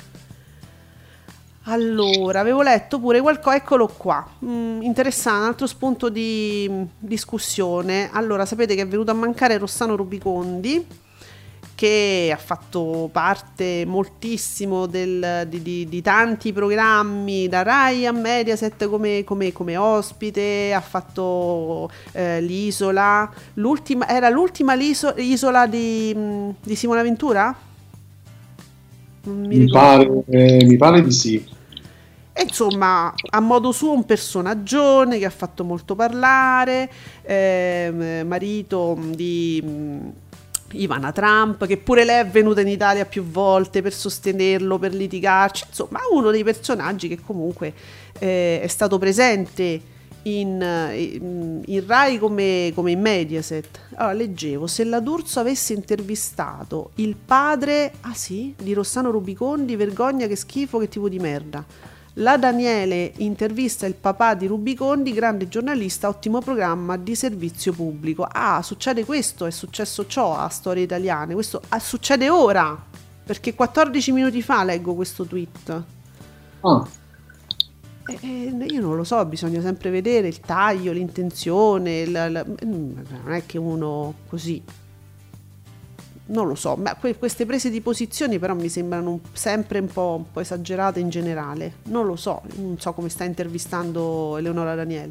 Allora, avevo letto pure qualcosa, eccolo qua, mm, interessante, un altro spunto di mm, discussione. Allora, sapete che è venuto a mancare Rossano Rubicondi, che ha fatto parte moltissimo del, di, di, di tanti programmi, da Rai a Mediaset come, come, come ospite, ha fatto eh, l'Isola, l'ultima, era l'ultima l'iso, isola di, mm, di Simona Ventura? Mi, mi, pare, eh, mi pare di sì. E insomma, a modo suo un personaggione che ha fatto molto parlare, eh, marito di mh, Ivana Trump, che pure lei è venuta in Italia più volte per sostenerlo, per litigarci, insomma uno dei personaggi che comunque eh, è stato presente in, in, in Rai come, come in Mediaset. Allora leggevo, se la D'Urso avesse intervistato il padre, ah sì, di Rossano Rubicondi, vergogna, che schifo, che tipo di merda. La Daniele intervista il papà di Rubicondi, grande giornalista, ottimo programma di servizio pubblico. Ah, succede questo, è successo ciò a Storie Italiane, questo ah, succede ora, perché quattordici minuti fa leggo questo tweet. Ah. Eh, eh, io non lo so, bisogna sempre vedere il taglio, l'intenzione, la, la, non è che uno così, non lo so, ma que- queste prese di posizioni però mi sembrano un, sempre un po', un po' esagerate in generale, non lo so, non so come sta intervistando Eleonora Daniele.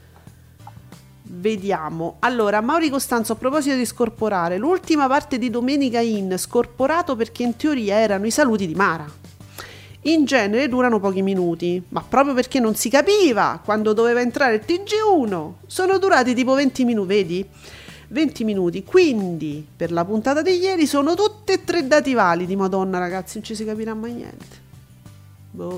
Vediamo. Allora, Mauri Costanzo, a proposito di scorporare, l'ultima parte di Domenica In, scorporato perché in teoria erano i saluti di Mara. In genere durano pochi minuti, ma proprio perché non si capiva quando doveva entrare il T G uno, sono durati tipo venti minuti, vedi? venti minuti, quindi per la puntata di ieri sono tutte e tre dati validi. Madonna ragazzi, non ci si capirà mai niente. Boh.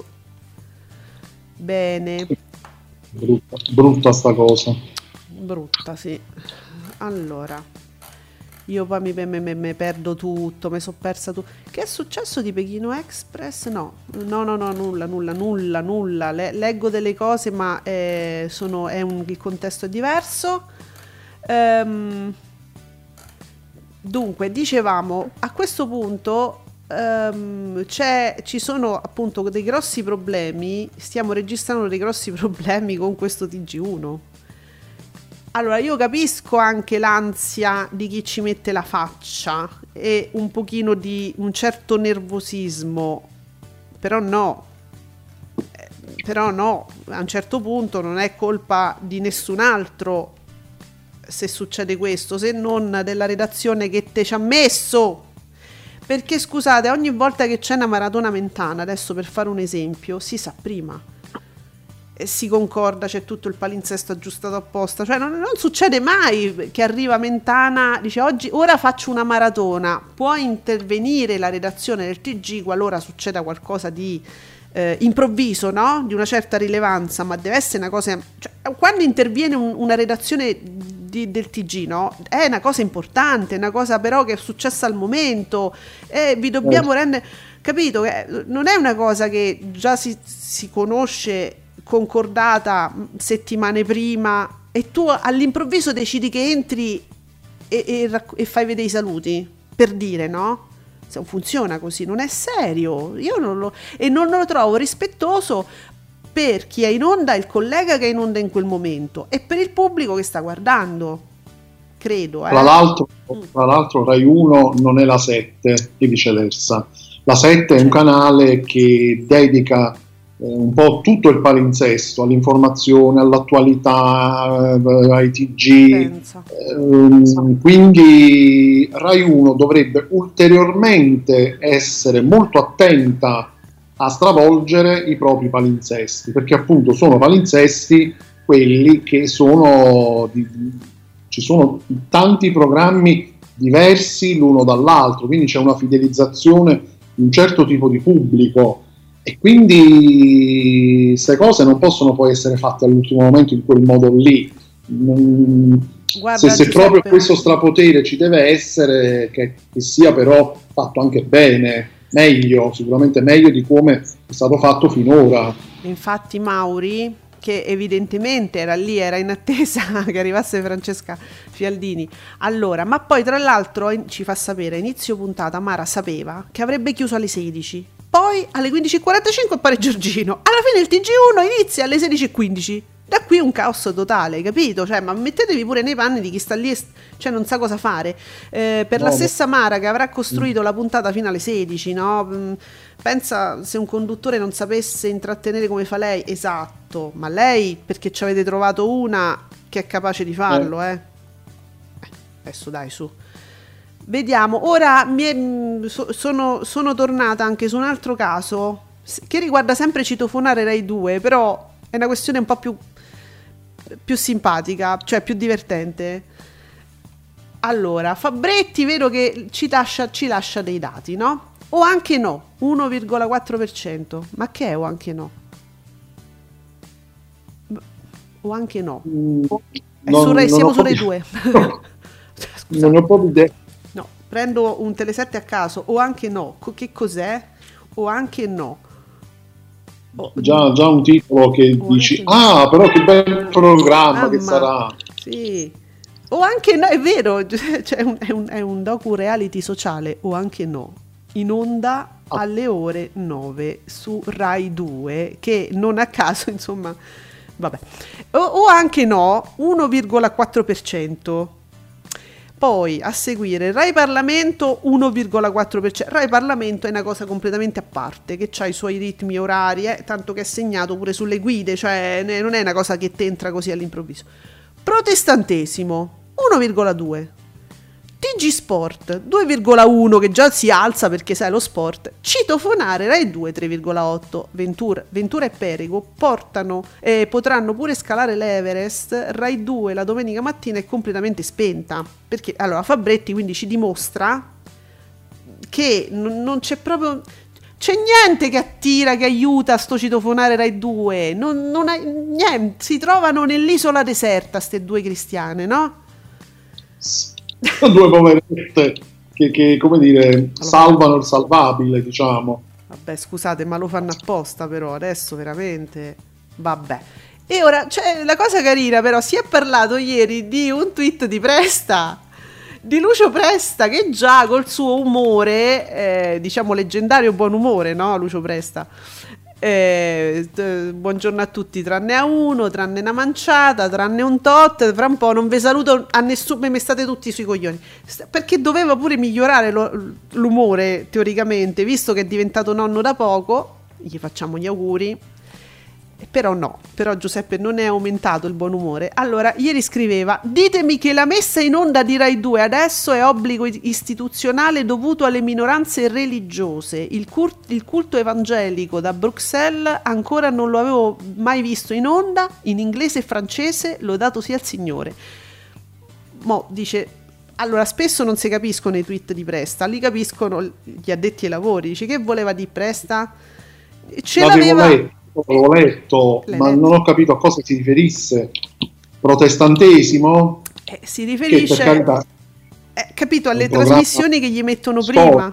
Bene. Brutta, brutta sta cosa. Brutta, sì. Allora, io poi mi, mi, mi, mi perdo tutto, mi sono persa tutto. Che è successo di Pechino Express? No, no, no, no, nulla, nulla, nulla, nulla. Le, leggo delle cose, ma eh, sono, è un, il contesto è diverso. Um, dunque, dicevamo, a questo punto um, c'è, ci sono appunto dei grossi problemi, stiamo registrando dei grossi problemi con questo T G uno. Allora, io capisco anche l'ansia di chi ci mette la faccia e un pochino di un certo nervosismo, però no, eh, però no, a un certo punto non è colpa di nessun altro se succede questo, se non della redazione che te ci ha messo. Perché scusate, ogni volta che c'è una maratona mentana, adesso per fare un esempio, si sa prima, e si concorda, c'è tutto il palinsesto aggiustato apposta, cioè non, non succede mai che arriva Mentana, dice oggi, ora faccio una maratona, può intervenire la redazione del T G qualora succeda qualcosa di eh, improvviso, no? Di una certa rilevanza, ma deve essere una cosa, cioè, quando interviene un, una redazione di, del T G, no? È una cosa importante, è una cosa però che è successa al momento e vi dobbiamo rendere, capito? Non è una cosa che già si, si conosce, concordata settimane prima, e tu all'improvviso decidi che entri e, e, e fai vedere i saluti, per dire, no? Se non funziona così, non è serio. Io non lo, e non lo trovo rispettoso per chi è in onda, il collega che è in onda in quel momento, e per il pubblico che sta guardando, credo. Eh. Tra l'altro, tra l'altro Rai uno non è la sette e viceversa. La sette è un canale che dedica eh, un po' tutto il palinsesto all'informazione, all'attualità, eh, ai T G, eh, quindi Rai uno dovrebbe ulteriormente essere molto attenta a stravolgere i propri palinsesti, perché appunto sono palinsesti quelli che sono di, ci sono tanti programmi diversi l'uno dall'altro, quindi c'è una fidelizzazione di un certo tipo di pubblico, e quindi queste cose non possono poi essere fatte all'ultimo momento in quel modo lì. Guarda, se, se proprio questo strapotere ci deve essere, che, che sia però fatto anche bene, meglio, sicuramente meglio di come è stato fatto finora. Infatti Mauri, che evidentemente era lì, era in attesa che arrivasse Francesca Fialdini, allora, ma poi tra l'altro ci fa sapere, a inizio puntata Mara sapeva che avrebbe chiuso alle sedici, poi alle quindici e quarantacinque appare Giorgino, alla fine il T G uno inizia alle sedici e quindici. Da qui un caos totale, capito? Cioè, ma mettetevi pure nei panni di chi sta lì e st- cioè non sa cosa fare. Eh, per no, la stessa Mara che avrà costruito mm. la puntata fino alle sedici, no? Pensa se un conduttore non sapesse intrattenere come fa lei, esatto, ma lei perché ci avete trovato una che è capace di farlo, eh? eh adesso dai, su. Vediamo, ora mi è, so, sono, sono tornata anche su un altro caso che riguarda sempre citofonare Rai due, però è una questione un po' più più simpatica, cioè più divertente. Allora, Fabretti vedo che ci lascia, ci lascia dei dati, no? O anche no, uno virgola quattro per cento. Ma che è o anche no? O anche no? Mm, è non, su Rai, siamo su Rai due. Non ho proprio idea. No, prendo un Telesette a caso, o anche no. Che cos'è? O anche no. Oh, già, già un titolo che oh, dici ah però che bel programma ah, che sarà, sì, o anche no, è vero, cioè, un, è, un, è un docu reality sociale, o anche no, in onda ah. alle ore nove su Rai due, che non a caso insomma vabbè, o, o anche no, uno virgola quattro per cento. Poi a seguire Rai Parlamento uno virgola quattro per cento. Rai Parlamento è una cosa completamente a parte, che ha i suoi ritmi orari, eh, tanto che è segnato pure sulle guide, cioè non è una cosa che ti entra così all'improvviso. Protestantesimo uno virgola due. T G Sport due virgola uno, che già si alza perché sai lo sport. Citofonare Rai due tre virgola otto. Ventura, Ventura e Perego portano, eh, potranno pure scalare l'Everest. Rai due la domenica mattina è completamente spenta, perché allora Fabretti quindi ci dimostra che n- non c'è proprio, c'è niente che attira, che aiuta sto citofonare Rai due, non, non ha, niente, si trovano nell'isola deserta ste due cristiane, no? Due poverette che, che come dire allora, salvano il salvabile, diciamo. Vabbè, scusate, ma lo fanno apposta, però adesso veramente vabbè. E ora c'è la cosa carina, però si è parlato ieri di un tweet di Presta, di Lucio Presta, che già col suo umore, eh, diciamo leggendario buon umore, no? Lucio Presta Eh, t- buongiorno a tutti, tranne a uno, tranne una manciata, tranne un tot. Fra un po' non vi saluto a nessuno, mi state tutti sui coglioni. St- perché doveva pure migliorare lo- l'umore, teoricamente, visto che è diventato nonno da poco. Gli facciamo gli auguri. Però no, però Giuseppe non è aumentato il buon umore. Allora, ieri scriveva: ditemi che la messa in onda di Rai due adesso è obbligo istituzionale dovuto alle minoranze religiose. Il, cur- il culto evangelico da Bruxelles ancora non lo avevo mai visto in onda, in inglese e francese, lodato sia il Signore. Mo dice: allora, spesso non si capiscono i tweet di Presta, li capiscono gli addetti ai lavori. Dice: che voleva di Presta? Ce Ma l'aveva... L'ho letto, L'hai ma letto? non ho capito a cosa si riferisse. Protestantesimo? Eh, si riferisce, che, per carità, eh, capito, alle un programma trasmissioni che gli mettono storico. prima.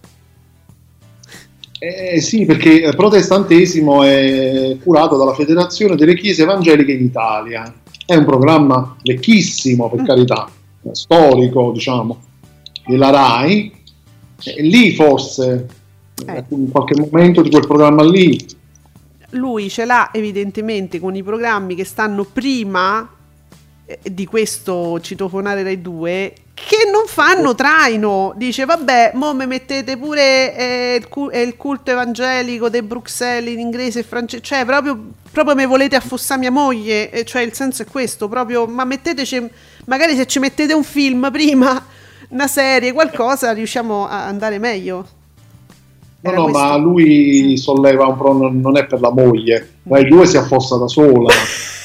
Eh, sì, perché protestantesimo è curato dalla Federazione delle Chiese Evangeliche in Italia. È un programma vecchissimo, per Mm. carità, storico, diciamo, della Rai. E lì forse, Eh. in qualche momento di quel programma lì, Lui ce l'ha evidentemente con i programmi che stanno prima eh, di questo citofonare Rai due, che non fanno traino. Dice: vabbè, mo me mettete pure eh, il, cu- eh, il culto evangelico de Bruxelles in inglese e francese, cioè proprio, proprio me volete affossare mia moglie, eh, cioè il senso è questo, proprio, ma metteteci, magari se ci mettete un film prima, una serie, qualcosa, riusciamo a andare meglio. no, Era no, questo. ma lui solleva un pro, non, non è per la moglie, Rai due si affossa da sola.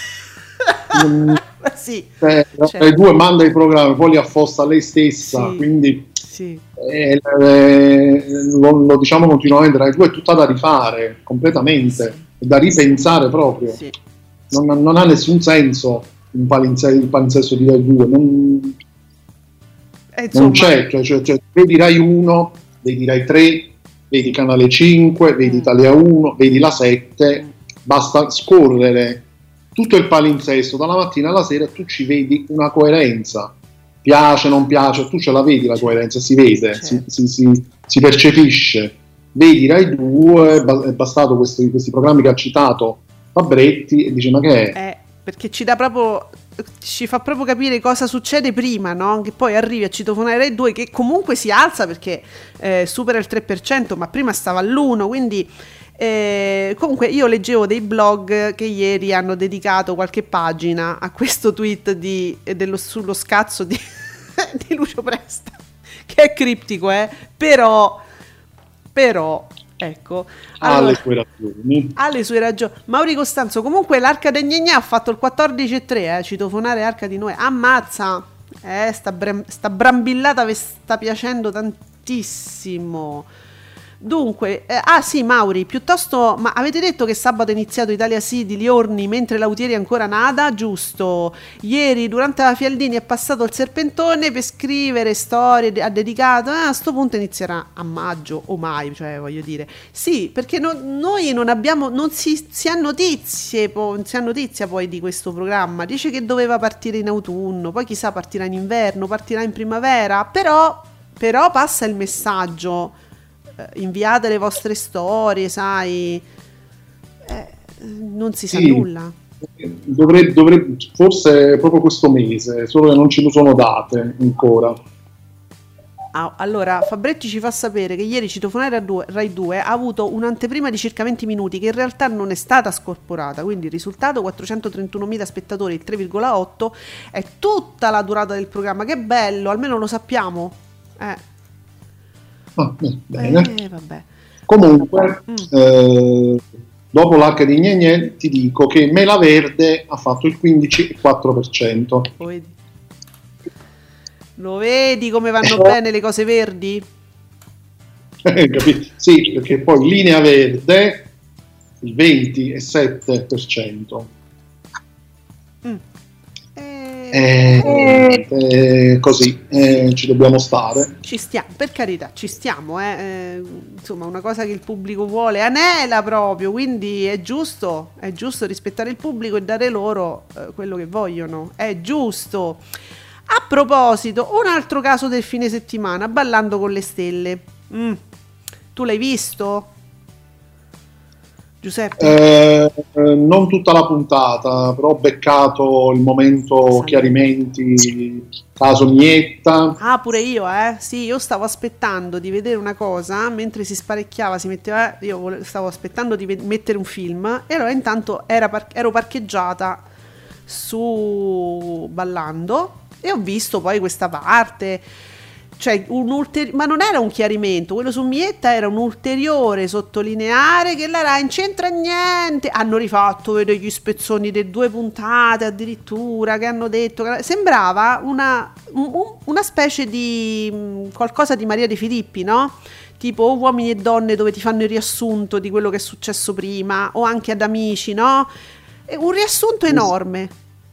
Mm, Sì, eh, certo. Rai due manda i programmi, poi li affossa lei stessa, Sì. quindi Sì. eh, eh, lo, lo diciamo continuamente, Rai due è tutta da rifare completamente, è da ripensare proprio. Sì. Non, non ha nessun senso un palinse- il palinsesto di Rai due, non, Eh, insomma, non c'è, cioè, cioè, cioè, vedi Rai uno, vedi Rai tre, vedi Canale cinque, vedi Mm. Italia uno, vedi la sette, basta scorrere tutto il palinsesto dalla mattina alla sera, tu ci vedi una coerenza, piace, non piace, tu ce la vedi la coerenza, si vede, Certo. si, si, si, si percepisce. Vedi Rai due, è bastato questi, questi programmi che ha citato Fabretti e dice: ma che è? eh, perché ci dà proprio, ci fa proprio capire cosa succede prima, no? Che poi arrivi a citofonare Rai due, che comunque si alza perché eh, supera il tre per cento, ma prima stava all'uno, quindi eh, comunque io leggevo dei blog che ieri hanno dedicato qualche pagina a questo tweet di, eh, dello, sullo scazzo di, di Lucio Presta, che è criptico, eh? però però ecco, Ha allora, le sue ragioni. ha le sue ragioni. Mauri Costanzo, comunque l'Arca del Gnagna ha fatto il quattordici e tre, eh, citofonare Arca di Noè. Ammazza! Eh, sta, bram- sta brambillata vi sta piacendo tantissimo. Dunque, eh, ah sì, Mauri, piuttosto, ma avete detto che sabato è iniziato Italia Sì di Liorni mentre Lautieri ancora nada? Giusto. Ieri durante la Fialdini è passato il serpentone per scrivere storie, de- ha dedicato, eh, a sto punto inizierà a maggio o mai, cioè voglio dire. Sì, perché no- noi non abbiamo, non si, si ha notizie, po- si ha notizia poi di questo programma. Dice che doveva partire in autunno, poi chissà partirà in inverno, partirà in primavera, però, però passa il messaggio. Inviate le vostre storie, sai, eh, non si sa Sì. nulla. Dovrebbe, dovrebbe, forse proprio questo mese, solo che non ci sono date ancora. Ah, allora, Fabretti ci fa sapere che ieri Citofonare Rai due ha avuto un'anteprima di circa venti minuti che in realtà non è stata scorporata, quindi il risultato quattrocentotrentunomila spettatori, il tre virgola otto, è tutta la durata del programma. Che bello, almeno lo sappiamo. Eh. Ah, eh, bene. Eh, vabbè. Comunque, Mm. eh, dopo l'H di Gnegne ti dico che Mela Verde ha fatto il quindici virgola quattro per cento. Lo vedi? Lo vedi come vanno Eh. bene le cose verdi? Capito? Sì, perché poi Linea Verde il venti virgola sette per cento. Mm. Eh, eh, così eh, ci dobbiamo stare. Ci stiamo, per carità, ci stiamo, eh. Eh, insomma, una cosa che il pubblico vuole, anela proprio, quindi è giusto, è giusto rispettare il pubblico e dare loro eh, quello che vogliono, è giusto. A proposito, un altro caso del fine settimana, Ballando con le stelle. Mm. Tu l'hai visto? Giuseppe? Eh, non tutta la puntata, però ho beccato il momento sì. chiarimenti, caso Mietta. Ah, pure io, eh? Sì, io stavo aspettando di vedere una cosa, mentre si sparecchiava, si metteva, io volevo, stavo aspettando di ve- mettere un film, e allora intanto era par- ero parcheggiata su Ballando e ho visto poi questa parte. Cioè, un ulteri- ma non era un chiarimento, quello su Mietta era un ulteriore sottolineare che la Rai non c'entra niente. Hanno rifatto, vedo, gli spezzoni delle due puntate addirittura, che hanno detto che sembrava una, un, una specie di mh, qualcosa di Maria De Filippi, no? Tipo Uomini e Donne, dove ti fanno il riassunto di quello che è successo prima, o anche ad Amici, no? È un riassunto enorme.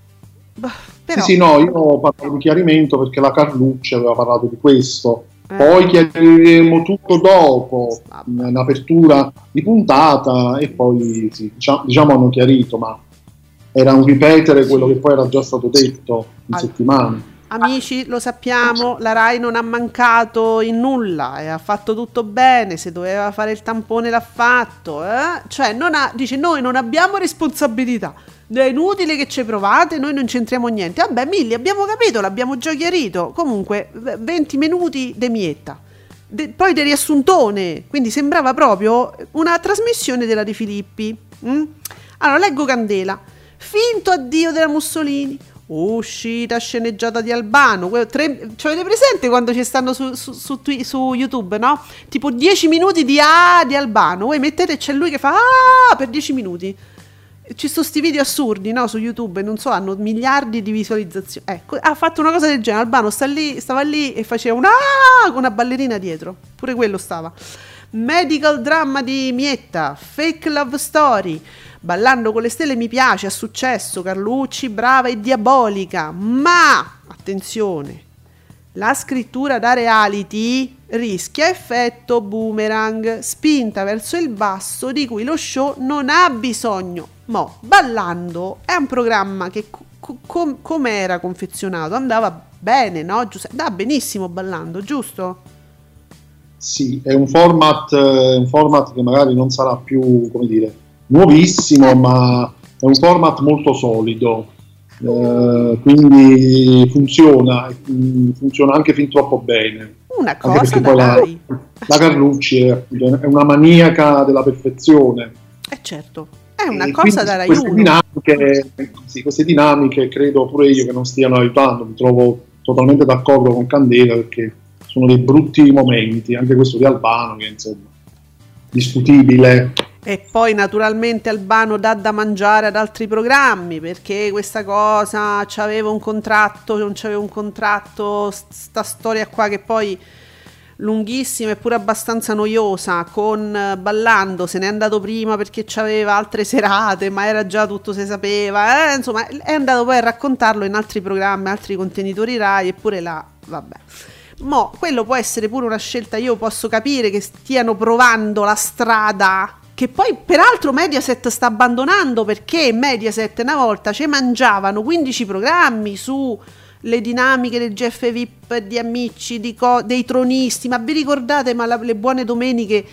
Però... Sì, sì, no, io ho parlato di chiarimento perché la Carlucci aveva parlato di questo. Eh. Poi chiariremo tutto dopo, in, in apertura di puntata, e poi sì, diciamo, diciamo hanno chiarito, ma era un ripetere sì. quello che poi era già stato detto in All... settimana. Amici, lo sappiamo, la Rai non ha mancato in nulla e ha fatto tutto bene, se doveva fare il tampone l'ha fatto, eh? Cioè non ha, dice noi non abbiamo responsabilità. È inutile che ci provate, noi non c'entriamo niente. Vabbè, Milli, abbiamo capito, l'abbiamo già chiarito. Comunque, venti minuti de Mietta, de, poi del riassuntone, quindi sembrava proprio una trasmissione della De Filippi. Mm? Allora, leggo Candela. Finto addio della Mussolini, uscita sceneggiata di Albano. Tre, cioè, avete presente quando ci stanno su, su, su, su YouTube, no? Tipo dieci minuti di ah di Albano. Voi mettete, c'è lui che fa ah per dieci minuti. Ci sono sti video assurdi, no, su YouTube, non so, hanno miliardi di visualizzazioni. Ecco, ha fatto una cosa del genere. Albano sta lì, stava lì e faceva un ah con una ballerina dietro. Pure quello stava. Medical drama di Mietta, fake love story. Ballando con le stelle mi piace, ha successo, Carlucci brava e diabolica. Ma attenzione, la scrittura da reality rischia effetto boomerang, spinta verso il basso di cui lo show non ha bisogno. Mo, Ballando è un programma che co- com- come era confezionato andava bene, no? Giuseppe? Da benissimo Ballando, giusto? Sì, è un format, eh, un format che magari non sarà più, come dire, nuovissimo, eh. ma è un format molto solido, eh, quindi funziona, funziona anche fin troppo bene. Una cosa da la, la Carlucci è, è una maniaca della perfezione. Eh certo. È una e cosa da Rai queste dinamiche, sì, queste dinamiche credo pure io che non stiano aiutando. Mi trovo totalmente d'accordo con Candela, perché sono dei brutti momenti, anche questo di Albano che insomma discutibile. E poi naturalmente Albano dà da mangiare ad altri programmi, perché questa cosa c'aveva un contratto, non c'aveva un contratto, sta storia qua che poi lunghissima e pure abbastanza noiosa, con Ballando se n'è andato prima perché c'aveva altre serate, ma era già tutto si sapeva, eh? Insomma è andato poi a raccontarlo in altri programmi, altri contenitori Rai, eppure là, vabbè. Mo, quello può essere pure una scelta, io posso capire che stiano provando la strada, che poi peraltro Mediaset sta abbandonando, perché Mediaset una volta ci mangiavano quindici programmi su le dinamiche del G F V I P, di Amici, di co- dei tronisti, ma vi ricordate ma la, le buone domeniche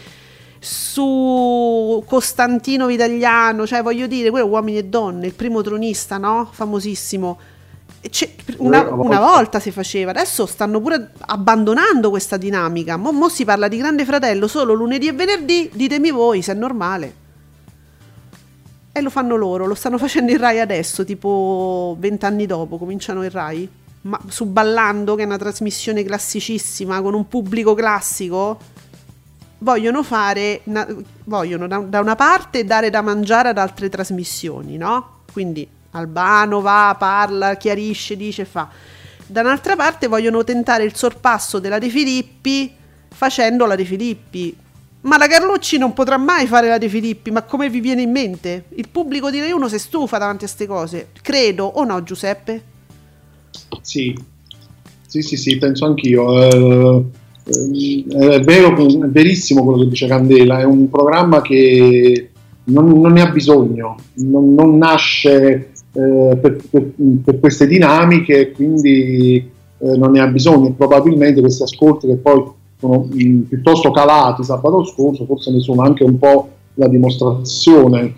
su Costantino Vitagliano, cioè voglio dire, quello Uomini e Donne, il primo tronista, no? Famosissimo. Una, una volta si faceva, adesso stanno pure abbandonando questa dinamica. Mo, mo si parla di Grande Fratello solo lunedì e venerdì, ditemi voi se è normale. E lo fanno loro, lo stanno facendo il Rai adesso, tipo vent'anni dopo cominciano il Rai, ma su Ballando, che è una trasmissione classicissima con un pubblico classico, vogliono fare una, vogliono da, da una parte dare da mangiare ad altre trasmissioni, no? Quindi Albano va, parla, chiarisce, dice, fa. Da un'altra parte vogliono tentare il sorpasso della De Filippi facendo la De Filippi. Ma la Carlucci non potrà mai fare la De Filippi, ma come vi viene in mente? Il pubblico di Rai uno si stufa davanti a queste cose, credo, o no Giuseppe? Sì, sì, sì, sì, penso anch'io. Eh, è vero, è verissimo quello che dice Candela, è un programma che non, non ne ha bisogno, non, non nasce Eh, per, per, per queste dinamiche, quindi eh, non ne ha bisogno. Probabilmente questi ascolti, che poi sono mh, piuttosto calati sabato scorso, forse ne sono anche un po' la dimostrazione.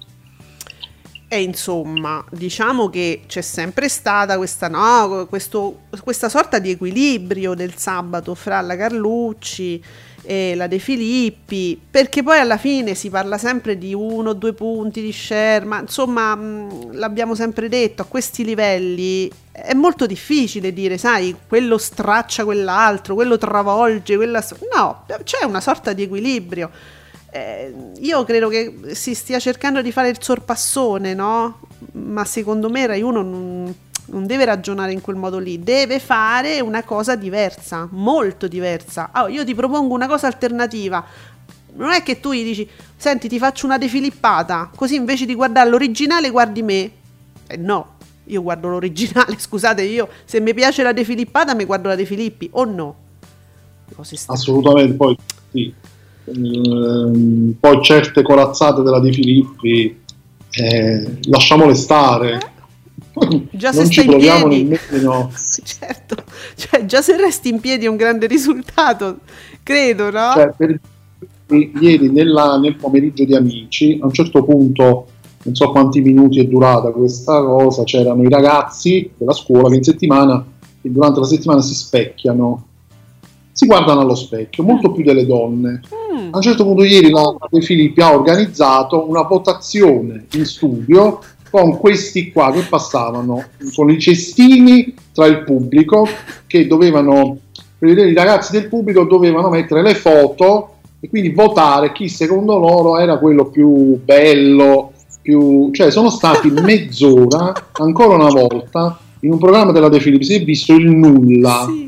E insomma, diciamo che c'è sempre stata questa, no, questo, questa sorta di equilibrio del sabato fra la Carlucci e la De Filippi, perché poi alla fine si parla sempre di uno o due punti di share, ma insomma mh, l'abbiamo sempre detto, a questi livelli è molto difficile dire, sai, quello straccia quell'altro, quello travolge, quella... no, c'è una sorta di equilibrio. Eh, io credo che si stia cercando di fare il sorpassone, no? Ma secondo me Rai uno non, non deve ragionare in quel modo lì, deve fare una cosa diversa, molto diversa. Oh, io ti propongo una cosa alternativa. Non è che tu gli dici, senti, ti faccio una defilippata, così invece di guardare l'originale guardi me. Eh no, io guardo l'originale, scusate, io se mi piace la defilippata mi guardo la De Filippi, o no? Assolutamente, poi sì. Ehm, poi certe corazzate della De Filippi eh, lasciamole stare, eh? Già non se ci stai proviamo in piedi nemmeno. certo, cioè già se resti in piedi è un grande risultato, credo, no? Cioè, per, ieri nella, nel pomeriggio di Amici, a un certo punto, non so quanti minuti è durata questa cosa, c'erano i ragazzi della scuola che in settimana, che durante la settimana si specchiano, si guardano allo specchio, molto più delle donne. Mm. A un certo punto ieri la De Filippi ha organizzato una votazione in studio con questi qua che passavano con i cestini tra il pubblico, che dovevano, per vedere i ragazzi del pubblico dovevano mettere le foto e quindi votare chi secondo loro era quello più bello, più... cioè sono stati mezz'ora, ancora una volta, in un programma della De Filippi si è visto il nulla. Sì.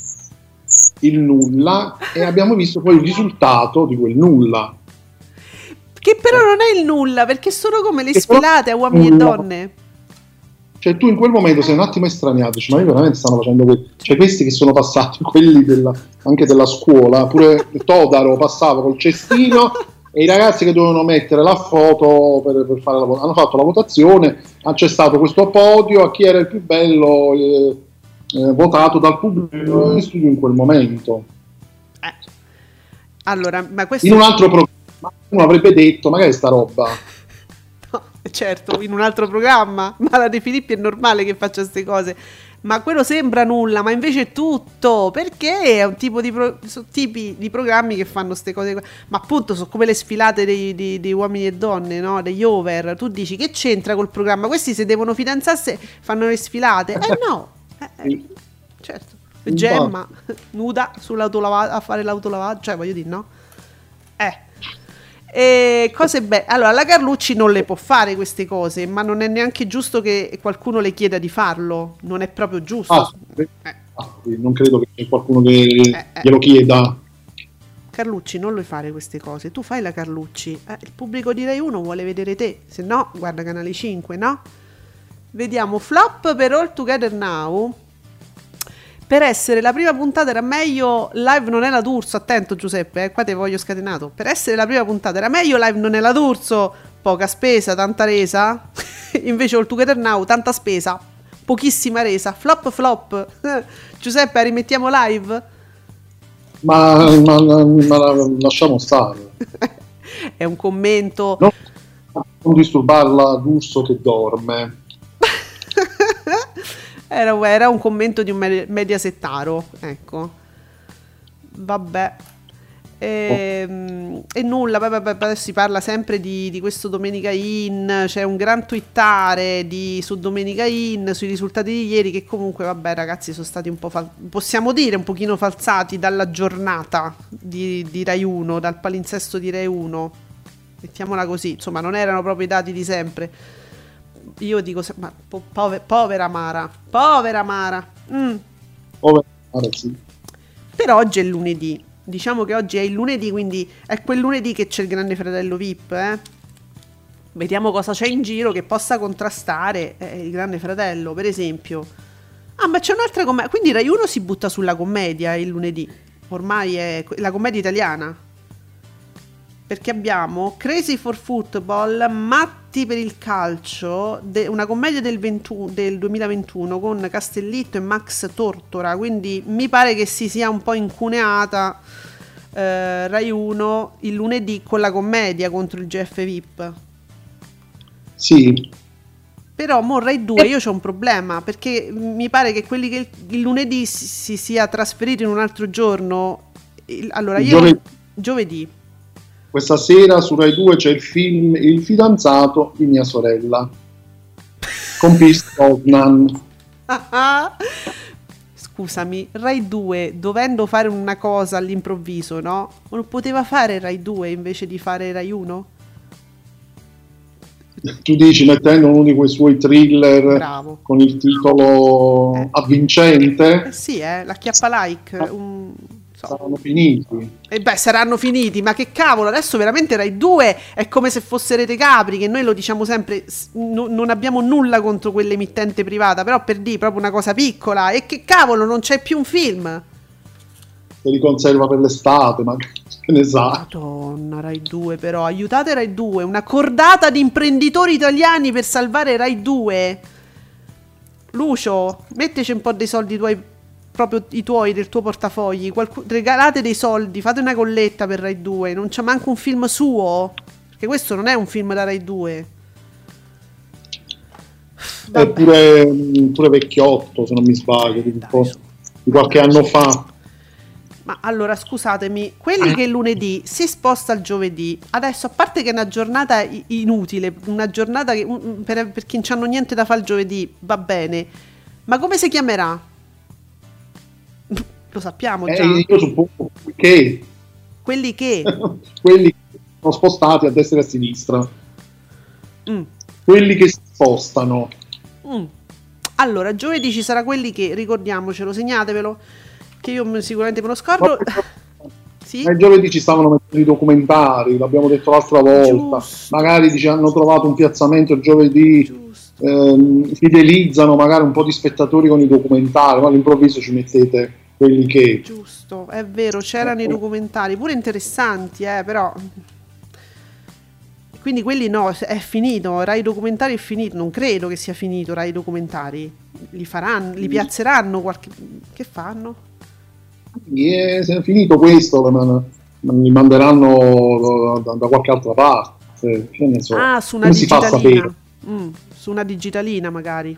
il nulla, e abbiamo visto poi il risultato di quel nulla, che però non è il nulla, perché sono come le sfilate a uomini nulla. E donne. Cioè tu in quel momento sei un attimo estraniato, dici, ma io veramente stanno facendo que-? Cioè questi che sono passati, quelli della, anche della scuola, pure Todaro passava col cestino e i ragazzi che dovevano mettere la foto per, per fare la hanno fatto la votazione, c'è stato questo podio a chi era il più bello eh, Eh, votato dal pubblico in studio in quel momento. Eh. Allora, ma questo in un altro programma uno avrebbe detto magari sta roba. No, certo, in un altro programma, ma la De Filippi è normale che faccia queste cose. Ma quello sembra nulla, ma invece è tutto, perché è un tipo di pro- sono tipi di programmi che fanno queste cose, ma appunto sono come le sfilate dei, dei, dei uomini e donne, no? Degli over. Tu dici che c'entra col programma? Questi se devono fidanzarsi fanno le sfilate? Eh no. Eh, eh, certo, Gemma nuda sull'autolavaggio a fare l'autolavaggio, cioè voglio dire, no? Eh, e cose belle. Allora, la Carlucci non le può fare queste cose, ma non è neanche giusto che qualcuno le chieda di farlo. Non è proprio giusto. Ah, eh. ah, non credo che c'è qualcuno che eh, eh. glielo chieda. Carlucci, non le fare queste cose. Tu fai la Carlucci. Eh, il pubblico di Rai uno vuole vedere te. Se no, guarda Canale cinque, no? Vediamo, flop per All Together Now. Per essere la prima puntata era meglio Live non è la D'Urso. Attento Giuseppe, eh, qua te voglio scatenato. Per essere la prima puntata era meglio Live non è la D'Urso. Poca spesa, tanta resa. Invece All Together Now, tanta spesa, pochissima resa. Flop flop. Giuseppe, rimettiamo Live? Ma, ma, ma lasciamo stare. È un commento. No, non disturbarla D'Urso che dorme. Era, era un commento di un mediasettaro, ecco. Vabbè. E, oh. e nulla, poi, poi, poi si parla sempre di, di questo Domenica In, c'è un gran twittare di, su Domenica In, sui risultati di ieri, che comunque, vabbè ragazzi, sono stati un po', fal- possiamo dire, un pochino falsati dalla giornata di, di Rai uno, dal palinsesto di Rai uno, mettiamola così, insomma non erano proprio i dati di sempre. Io dico, ma po- pover- povera Mara, povera Mara. Mm. Povera Mara, sì. Però oggi è lunedì, diciamo che oggi è il lunedì, quindi è quel lunedì che c'è il Grande Fratello V I P, eh? Vediamo cosa c'è in giro che possa contrastare eh, il Grande Fratello, per esempio. Ah, ma c'è un'altra commedia, quindi Rai uno si butta sulla commedia il lunedì, ormai è la commedia italiana. Perché abbiamo Crazy for Football, Matti per il calcio, de- una commedia del, ventu- del duemilaventuno con Castellitto e Max Tortora, quindi mi pare che si sia un po' incuneata eh, Rai uno il lunedì con la commedia contro il G F V I P. Sì. Però mo Rai due io c'ho un problema, perché mi pare che quelli che il, il lunedì si, si sia trasferito in un altro giorno. Il, allora io giovedì. giovedì Questa sera su Rai due c'è il film Il fidanzato di mia sorella con Pierce Brosnan. Scusami, Rai due, dovendo fare una cosa all'improvviso, no? Non poteva fare Rai due invece di fare Rai uno? Tu dici mettendo uno di quei suoi thriller Bravo. Con il titolo eh. avvincente? Eh sì, eh, la chiappa like. Un... So. Saranno finiti. E beh, saranno finiti, ma che cavolo, adesso veramente Rai due è come se fosse Rete Capri, che noi lo diciamo sempre, n- non abbiamo nulla contro quell'emittente privata, però per dire proprio una cosa piccola, e che cavolo, non c'è più un film. Se li conserva per l'estate, ma che ne sa. Madonna, Rai due però, aiutate Rai due, una cordata di imprenditori italiani per salvare Rai due. Lucio, metteci un po' dei soldi tuoi, proprio i tuoi, del tuo portafogli, Qualc- regalate dei soldi, fate una colletta per Rai due, non c'è manco un film suo, perché questo non è un film da Rai due. È pure, pure vecchiotto, se non mi sbaglio, di, Dai, di qualche anno fa. Ma allora scusatemi, quelli che lunedì si sposta al giovedì, adesso a parte che è una giornata inutile, una giornata che per, per chi non c'hanno niente da fare il giovedì, va bene, ma come si chiamerà? Lo sappiamo già. Eh, io suppongo che quelli che quelli che sono spostati a destra e a sinistra, mm. quelli che si spostano. Mm. Allora, giovedì ci sarà quelli che, ricordiamocelo, segnatevelo, che io sicuramente me lo scordo. Sì? Ma giovedì ci stavano mettendo i documentari, l'abbiamo detto l'altra volta. Giusto. Magari dice, hanno trovato un piazzamento il giovedì, ehm, fidelizzano magari un po' di spettatori con i documentari, ma all'improvviso ci mettete quelli che... Giusto, è vero, c'erano i documentari, pure interessanti, eh, però... Quindi quelli no, è finito, Rai Documentari è finito, non credo che sia finito Rai Documentari. Li faranno, li piazzeranno qualche... Che fanno? E se è finito questo, li manderanno da, da qualche altra parte. Che ne so. Ah, su una come digitalina. Mm, su una digitalina magari.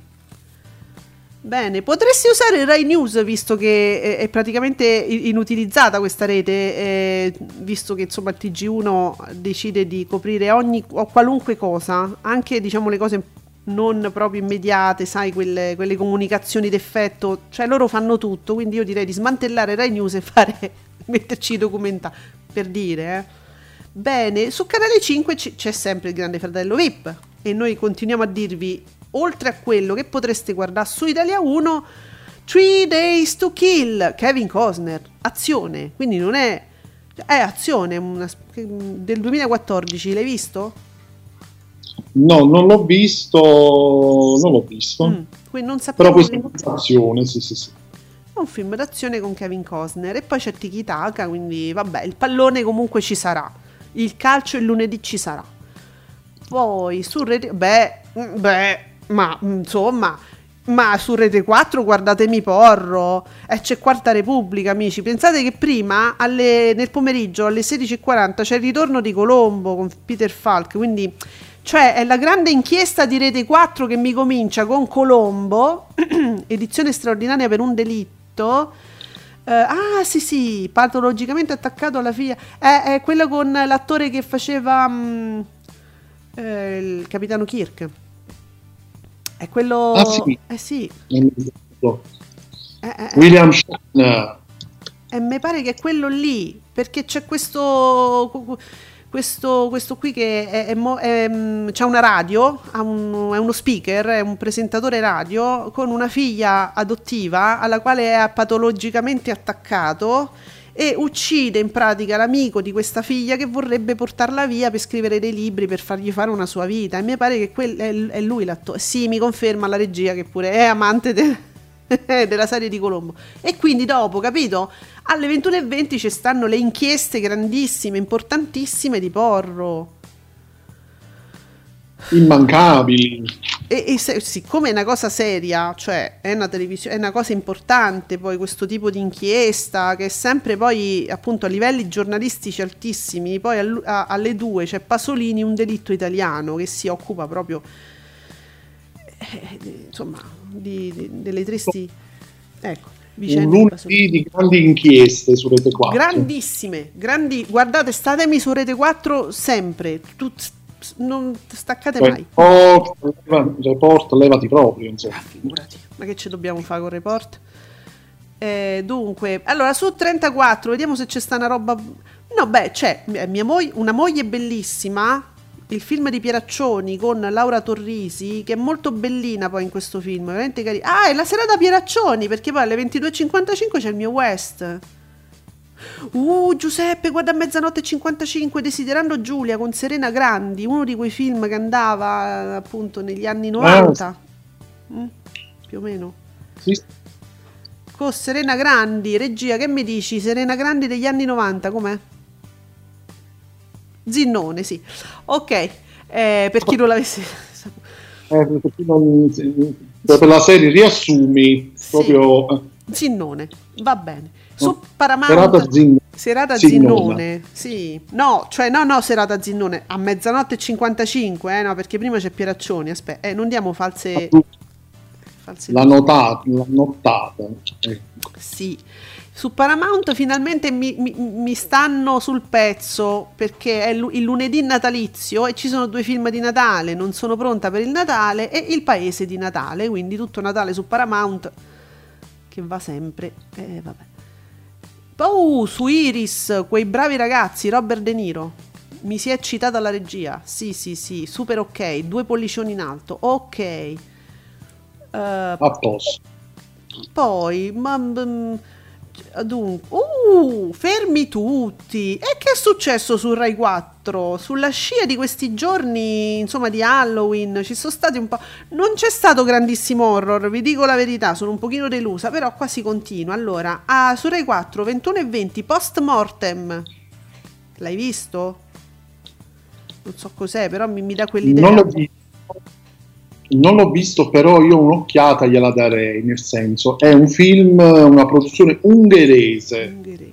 Bene, potresti usare Rai News, visto che è, è praticamente inutilizzata questa rete, eh, visto che insomma il T G uno decide di coprire ogni o qualunque cosa, anche diciamo le cose non proprio immediate, sai, quelle, quelle comunicazioni d'effetto, cioè loro fanno tutto, quindi io direi di smantellare Rai News e fare metterci i documentari, per dire, eh. Bene, su Canale cinque c- c'è sempre il Grande Fratello V I P e noi continuiamo a dirvi, oltre a quello che potreste guardare su Italia uno, Three Days to Kill, Kevin Costner, azione, quindi non è, è azione, una, del duemilaquattordici, l'hai visto? No, non l'ho visto, non l'ho visto. Mm, quindi non però questa è un'azione, sì, sì, sì. È un film d'azione con Kevin Costner e poi c'è Tiki Taka, quindi vabbè, il pallone comunque ci sarà, il calcio il lunedì ci sarà. Poi su Rete, beh, beh, ma insomma, ma su Rete quattro guardatemi Porro, e eh, c'è Quarta Repubblica, amici. Pensate che prima alle, nel pomeriggio alle sedici e quaranta c'è il ritorno di Colombo con Peter Falk, quindi cioè è la grande inchiesta di Rete quattro che mi comincia con Colombo, edizione straordinaria per un delitto. Uh, ah sì sì, patologicamente attaccato alla figlia, è, è quello con l'attore che faceva um, eh, il capitano Kirk, è quello, ah sì, eh sì. Eh, eh, William Shatner, e mi pare che è quello lì, perché c'è questo questo, questo qui che è, è, è, è, c'ha una radio, ha un, è uno speaker, è un presentatore radio con una figlia adottiva alla quale è patologicamente attaccato e uccide in pratica l'amico di questa figlia che vorrebbe portarla via per scrivere dei libri per fargli fare una sua vita, e mi pare che quel, è, è lui l'attore. Sì, mi conferma la regia che pure è amante de, della serie di Colombo. E quindi dopo, capito, alle ventuno e venti ci stanno le inchieste grandissime, importantissime di Porro, immancabili. E, e se, siccome è una cosa seria, cioè è una televisione, è una cosa importante, poi questo tipo di inchiesta che è sempre poi appunto a livelli giornalistici altissimi, poi a, a, alle due c'è Pasolini, un delitto italiano, che si occupa proprio eh, insomma di, di, delle tristi, ecco, vicende. Un lunedì di grandi inchieste su Rete quattro, grandissime, grandi, guardate, statemi su Rete quattro sempre, tut, non staccate mai. Report, leva, report levati proprio, insomma. Ah, figurati, ma che ci dobbiamo fare con report? Eh, dunque, allora su trentaquattro vediamo se c'è sta una roba. No, beh, c'è mia moglie, una moglie bellissima, il film di Pieraccioni con Laura Torrisi, che è molto bellina poi in questo film, veramente carina. Ah, è la serata Pieraccioni, perché poi alle ventidue e cinquantacinque c'è il mio West. Uh, Giuseppe, guarda, a mezzanotte e cinquantacinque, Desiderando Giulia con Serena Grandi, uno di quei film che andava appunto negli anni novanta, mm, più o meno. Sì. Con Serena Grandi, regia, che mi dici? Serena Grandi degli anni novanta, com'è? Zinnone, sì. Ok, eh, per chi non l'avesse saputo. Eh, per, chi non, per la serie riassumi, sì. Proprio... Zinnone, va bene. Su Paramount, serata, zin- serata Zinnone, sì, no, cioè no, no, serata Zinnone a mezzanotte e cinquantacinque, eh, no, perché prima c'è Pieraccioni, aspetta, eh, non diamo false, false la notata, la notata. Eh. Sì, su Paramount finalmente mi, mi, mi stanno sul pezzo, perché è il lunedì natalizio e ci sono due film di Natale, Non sono pronta per il Natale e Il paese di Natale, quindi tutto Natale su Paramount, che va sempre, eh, vabbè. Oh, su Iris, quei bravi ragazzi, Robert De Niro. Mi si è citata la regia. Sì, sì, sì, super ok. Due pollicioni in alto. Ok. Uh, A posto. Poi, ma, dunque, uh, fermi tutti. E che è successo su Rai quattro? Sulla scia di questi giorni, insomma, di Halloween, ci sono stati un po'. Non c'è stato grandissimo horror, vi dico la verità, sono un pochino delusa, però qua si continua. Allora, ah, su Rai quattro, ventuno e venti, Post Mortem. L'hai visto? Non so cos'è, però mi, mi dà quell'idea. Non l'ho visto. Non l'ho visto, però io un'occhiata gliela darei, nel senso, è un film, una produzione ungherese. Ungherese.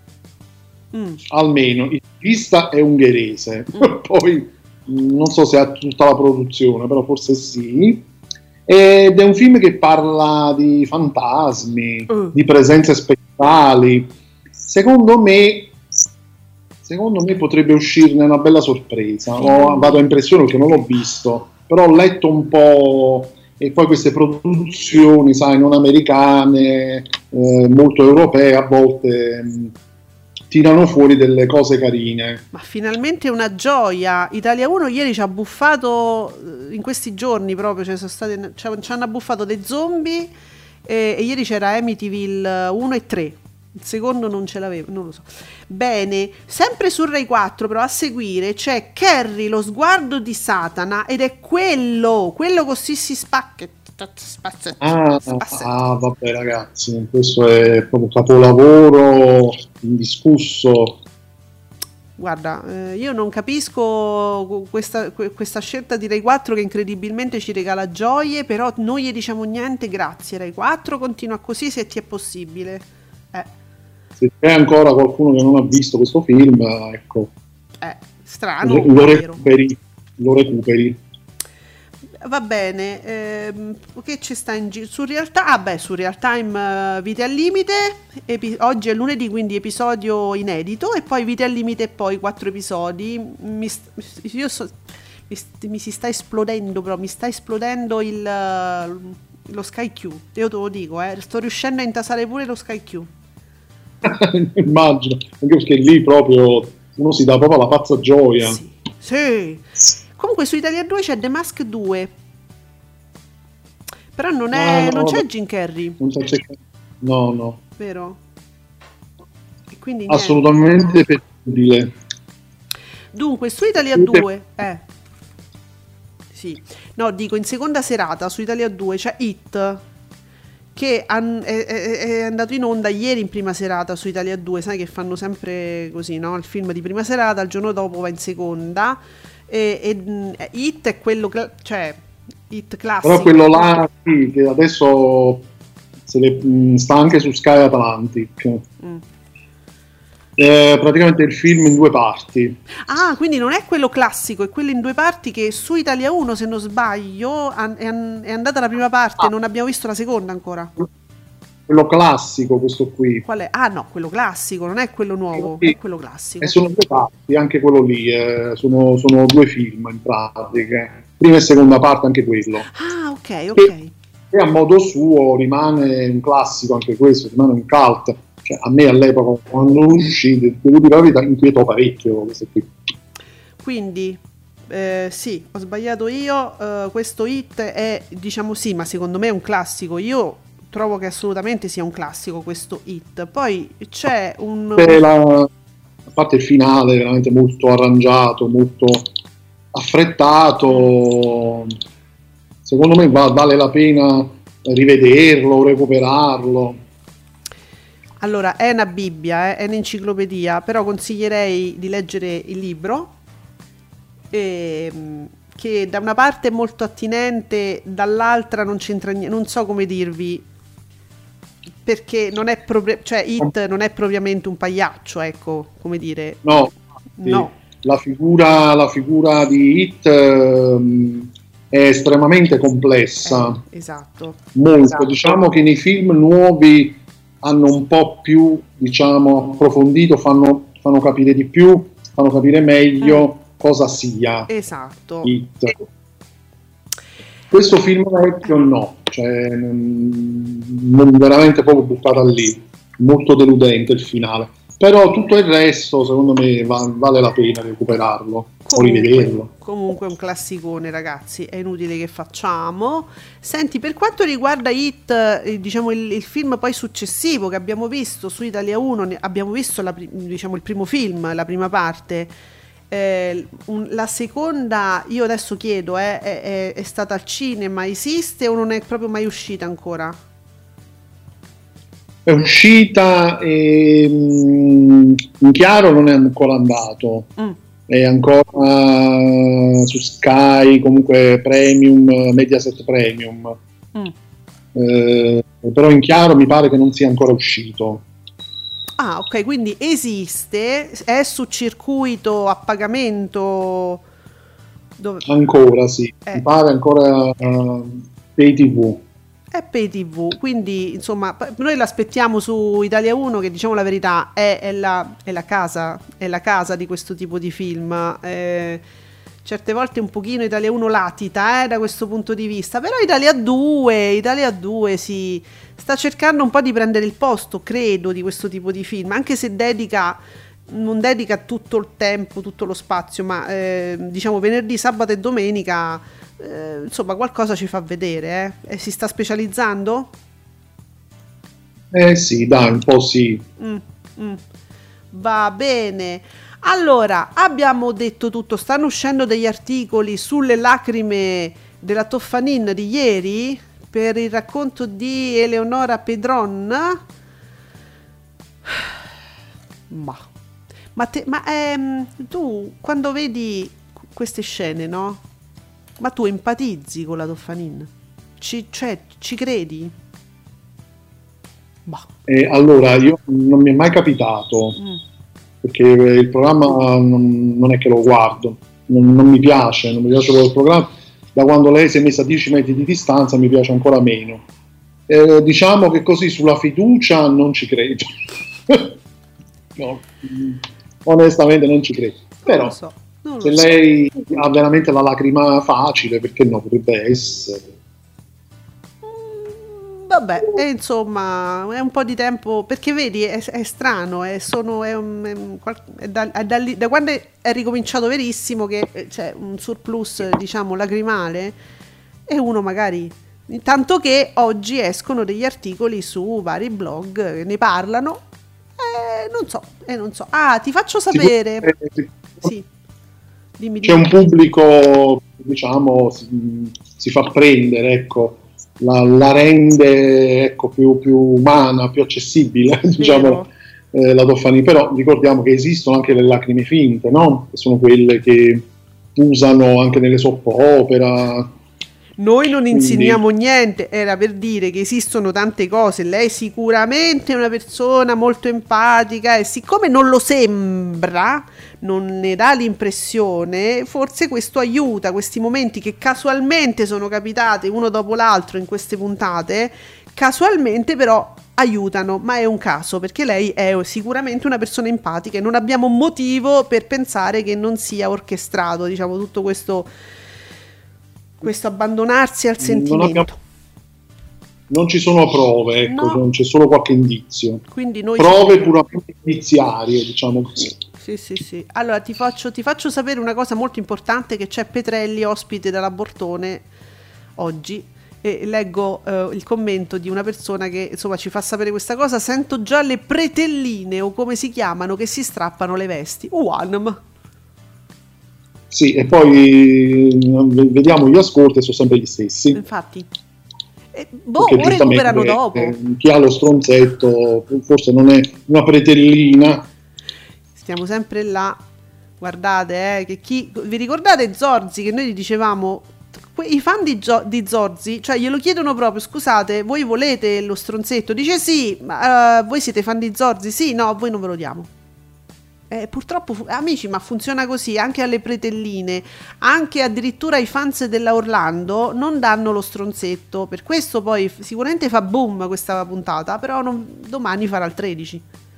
Mm. Almeno il regista è ungherese, mm. Poi non so se ha tutta la produzione, però forse sì. Ed è un film che parla di fantasmi, mm. di presenze spettrali. Secondo me, secondo me potrebbe uscirne una bella sorpresa. Ho dato impressione perché non l'ho visto, però ho letto un po'. E poi queste produzioni, sai, non americane, eh, molto europee, a volte mh, tirano fuori delle cose carine. Ma finalmente una gioia. Italia uno ieri ci ha buffato, in questi giorni proprio, cioè sono state, ci hanno abbuffato dei zombie, e, e ieri c'era Amityville uno e tre. Il secondo non ce l'avevo, non lo so. Bene, sempre su Rai quattro, però a seguire c'è Carrie, lo sguardo di Satana, ed è quello, quello così si spacca. Ah, ah, vabbè ragazzi, questo è proprio capolavoro indiscusso. Guarda, eh, io non capisco questa, questa scelta di Rai quattro che incredibilmente ci regala gioie, però non gli diciamo niente, grazie Rai quattro, continua così se ti è possibile. Eh. Se c'è ancora qualcuno che non ha visto questo film, ecco, eh, strano, lo recuperi, lo recuperi. Va bene, ehm, che ci sta in giro? Su Realtà, ah beh, su Real Time uh, Vite al Limite, epi- oggi è lunedì, quindi episodio inedito, e poi Vite al Limite e poi quattro episodi. Mi, st- io so, mi, st- mi si sta esplodendo, però mi sta esplodendo il, uh, lo Sky Q, io te lo dico, eh, sto riuscendo a intasare pure lo Sky Q. Immagino, anche perché lì proprio uno si dà proprio la pazza gioia. Sì, sì. Comunque su Italia due c'è The Mask due, però non, è, no, no, non c'è Jim Carrey. Non c'è, no, no. Vero? E quindi assolutamente perdibile. Dunque su Italia due, eh. Sì. No, dico in seconda serata su Italia due c'è It, che è, è, è andato in onda ieri in prima serata su Italia due, sai che fanno sempre così, no? Il film di prima serata, il giorno dopo va in seconda. E, e It è quello, cioè Hit classico. Però quello là, sì, che adesso se le, mh, sta anche su Sky Atlantic. Mm. Eh, praticamente il film in due parti. Ah, quindi non è quello classico, è quello in due parti che su Italia uno, se non sbaglio, an- è, an- è andata la prima parte, ah. non abbiamo visto la seconda ancora. Quello classico, questo qui. Qual è? Ah no, quello classico, non è quello nuovo, sì. È quello classico. E sono due parti, anche quello lì, eh, sono, sono due film in pratica. Prima e seconda parte anche quello. Ah, ok, ok. E, e a modo suo rimane un classico anche questo, rimane un cult. Cioè, a me all'epoca quando uscì, devo dire la verità, inquietò parecchio questo qui. Quindi eh, sì, ho sbagliato io, uh, questo hit è, diciamo sì, ma secondo me è un classico. Io trovo che assolutamente sia un classico questo hit. Poi c'è un... La, a parte il finale veramente molto arrangiato, molto affrettato, secondo me vale la pena rivederlo, recuperarlo. Allora, è una Bibbia, eh, è un'enciclopedia, però consiglierei di leggere il libro, eh, che da una parte è molto attinente, dall'altra non c'entra niente, non so come dirvi, perché non è proprio, cioè It non è propriamente un pagliaccio, ecco, come dire. No, no. Sì. La figura, la figura di It ehm, è estremamente complessa. Eh, esatto. Molto, esatto. Diciamo che nei film nuovi hanno un po' più, diciamo, approfondito, fanno, fanno capire di più, fanno capire meglio mm. cosa sia. Esatto. It. Questo film vecchio no, cioè non, non veramente proprio buttata lì, molto deludente il finale. Però tutto il resto, secondo me, va, vale la pena recuperarlo comunque, o rivederlo. Comunque è un classicone, ragazzi, è inutile che facciamo. Senti, per quanto riguarda It, eh, diciamo il, il film poi successivo che abbiamo visto su Italia uno, ne, abbiamo visto la, diciamo, il primo film, la prima parte. Eh, un, la seconda, io adesso chiedo, eh, è, è, è stata al cinema, esiste o non è proprio mai uscita ancora? È uscita e in chiaro non è ancora andato, mm. è ancora su Sky, comunque Premium, Mediaset Premium, mm. eh, però in chiaro mi pare che non sia ancora uscito. Ah, ok, quindi esiste, è su circuito a pagamento? Dove... Ancora sì, eh. mi pare ancora uh, pay tivù. È pay tivù, quindi insomma noi l'aspettiamo su Italia uno, che diciamo la verità è, è, la, è, la, casa, è la casa di questo tipo di film. Eh, certe volte un pochino Italia uno latita eh, da questo punto di vista, però Italia due, Italia due si sta cercando un po' di prendere il posto, credo, di questo tipo di film, anche se dedica non dedica tutto il tempo, tutto lo spazio, ma eh, diciamo venerdì, sabato e domenica eh, insomma qualcosa ci fa vedere, eh. E si sta specializzando? Eh sì, dai, un po' sì. Mm, mm. Va bene. Allora, abbiamo detto tutto, stanno uscendo degli articoli sulle lacrime della Toffanin di ieri per il racconto di Eleonora Pedron. Ma, ma, te, ma ehm, tu quando vedi queste scene, no? Ma tu empatizzi con la Toffanin? Ci, cioè, ci credi? Bah. Eh, allora, io non mi è mai capitato. Mm. Perché il programma non, non è che lo guardo, non, non mi piace, non mi piace il programma. Da quando lei si è messa a dieci metri di distanza mi piace ancora meno. Eh, diciamo che così sulla fiducia non ci credo. No, onestamente non ci credo. Però so, se lei so. ha veramente la lacrima facile, perché no, potrebbe essere. Vabbè, e insomma è un po' di tempo, perché vedi è, è strano, è, sono, è un, è da, è da, da quando è ricominciato verissimo che c'è un surplus, diciamo, lacrimale, e uno magari, tanto che oggi escono degli articoli su vari blog che ne parlano, e non so, e non so. Ah, ti faccio sapere. Sì, sì. Dimmi, c'è dimmi. Un pubblico, diciamo, si, si fa prendere, ecco. La, la rende ecco, più, più umana, più accessibile, diciamo, eh, la Toffanin. Però ricordiamo che esistono anche le lacrime finte, no? Che sono quelle che usano anche nelle soap opera. Noi non insegniamo Quindi... niente, era per dire che esistono tante cose. Lei sicuramente è una persona molto empatica e siccome non lo sembra, non ne dà l'impressione, forse questo aiuta, questi momenti che casualmente sono capitati uno dopo l'altro in queste puntate, casualmente però aiutano, ma è un caso perché lei è sicuramente una persona empatica e non abbiamo motivo per pensare che non sia orchestrato, diciamo, tutto questo questo abbandonarsi al sentimento. Non, abbiamo, non ci sono prove, ecco, no. Non c'è solo qualche indizio. Quindi noi prove siamo... puramente indiziarie, diciamo così. Sì, sì, sì. Allora ti faccio, ti faccio sapere una cosa molto importante, che c'è Petrelli ospite dalla Bortone oggi e leggo uh, il commento di una persona che insomma ci fa sapere questa cosa. Sento già le pretelline o come si chiamano che si strappano le vesti. Uanem. Sì, e poi vediamo gli ascolti, sono sempre gli stessi. Infatti. Eh, boh, o recuperano dopo. Eh, chi ha lo stronzetto forse non è una pretellina. Stiamo sempre là. Guardate, eh, che chi... Vi ricordate Zorzi che noi gli dicevamo... I fan di, Gio- di Zorzi, cioè glielo chiedono proprio, scusate, voi volete lo stronzetto? Dice sì, ma uh, voi siete fan di Zorzi? Sì, no, voi non ve lo diamo. Eh, purtroppo, amici, ma funziona così, anche alle pretelline, anche addirittura ai fans della Orlando non danno lo stronzetto, per questo poi sicuramente fa boom questa puntata, però non, domani farà il tredici.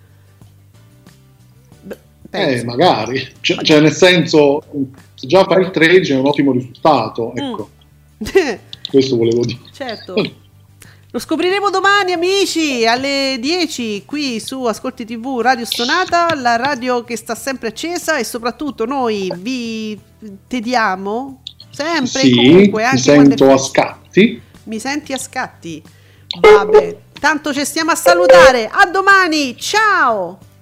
Beh, eh, magari, cioè, cioè nel senso, se già fai il tredici è un ottimo risultato, ecco. Mm. Questo volevo dire. Certo. Lo scopriremo domani, amici, alle dieci qui su Ascolti tivù Radio Stonata, la radio che sta sempre accesa e soprattutto noi vi tediamo sempre, sì, comunque, anche mi sento a scatti. Mi senti a scatti? Vabbè, tanto ci stiamo a salutare, a domani, ciao!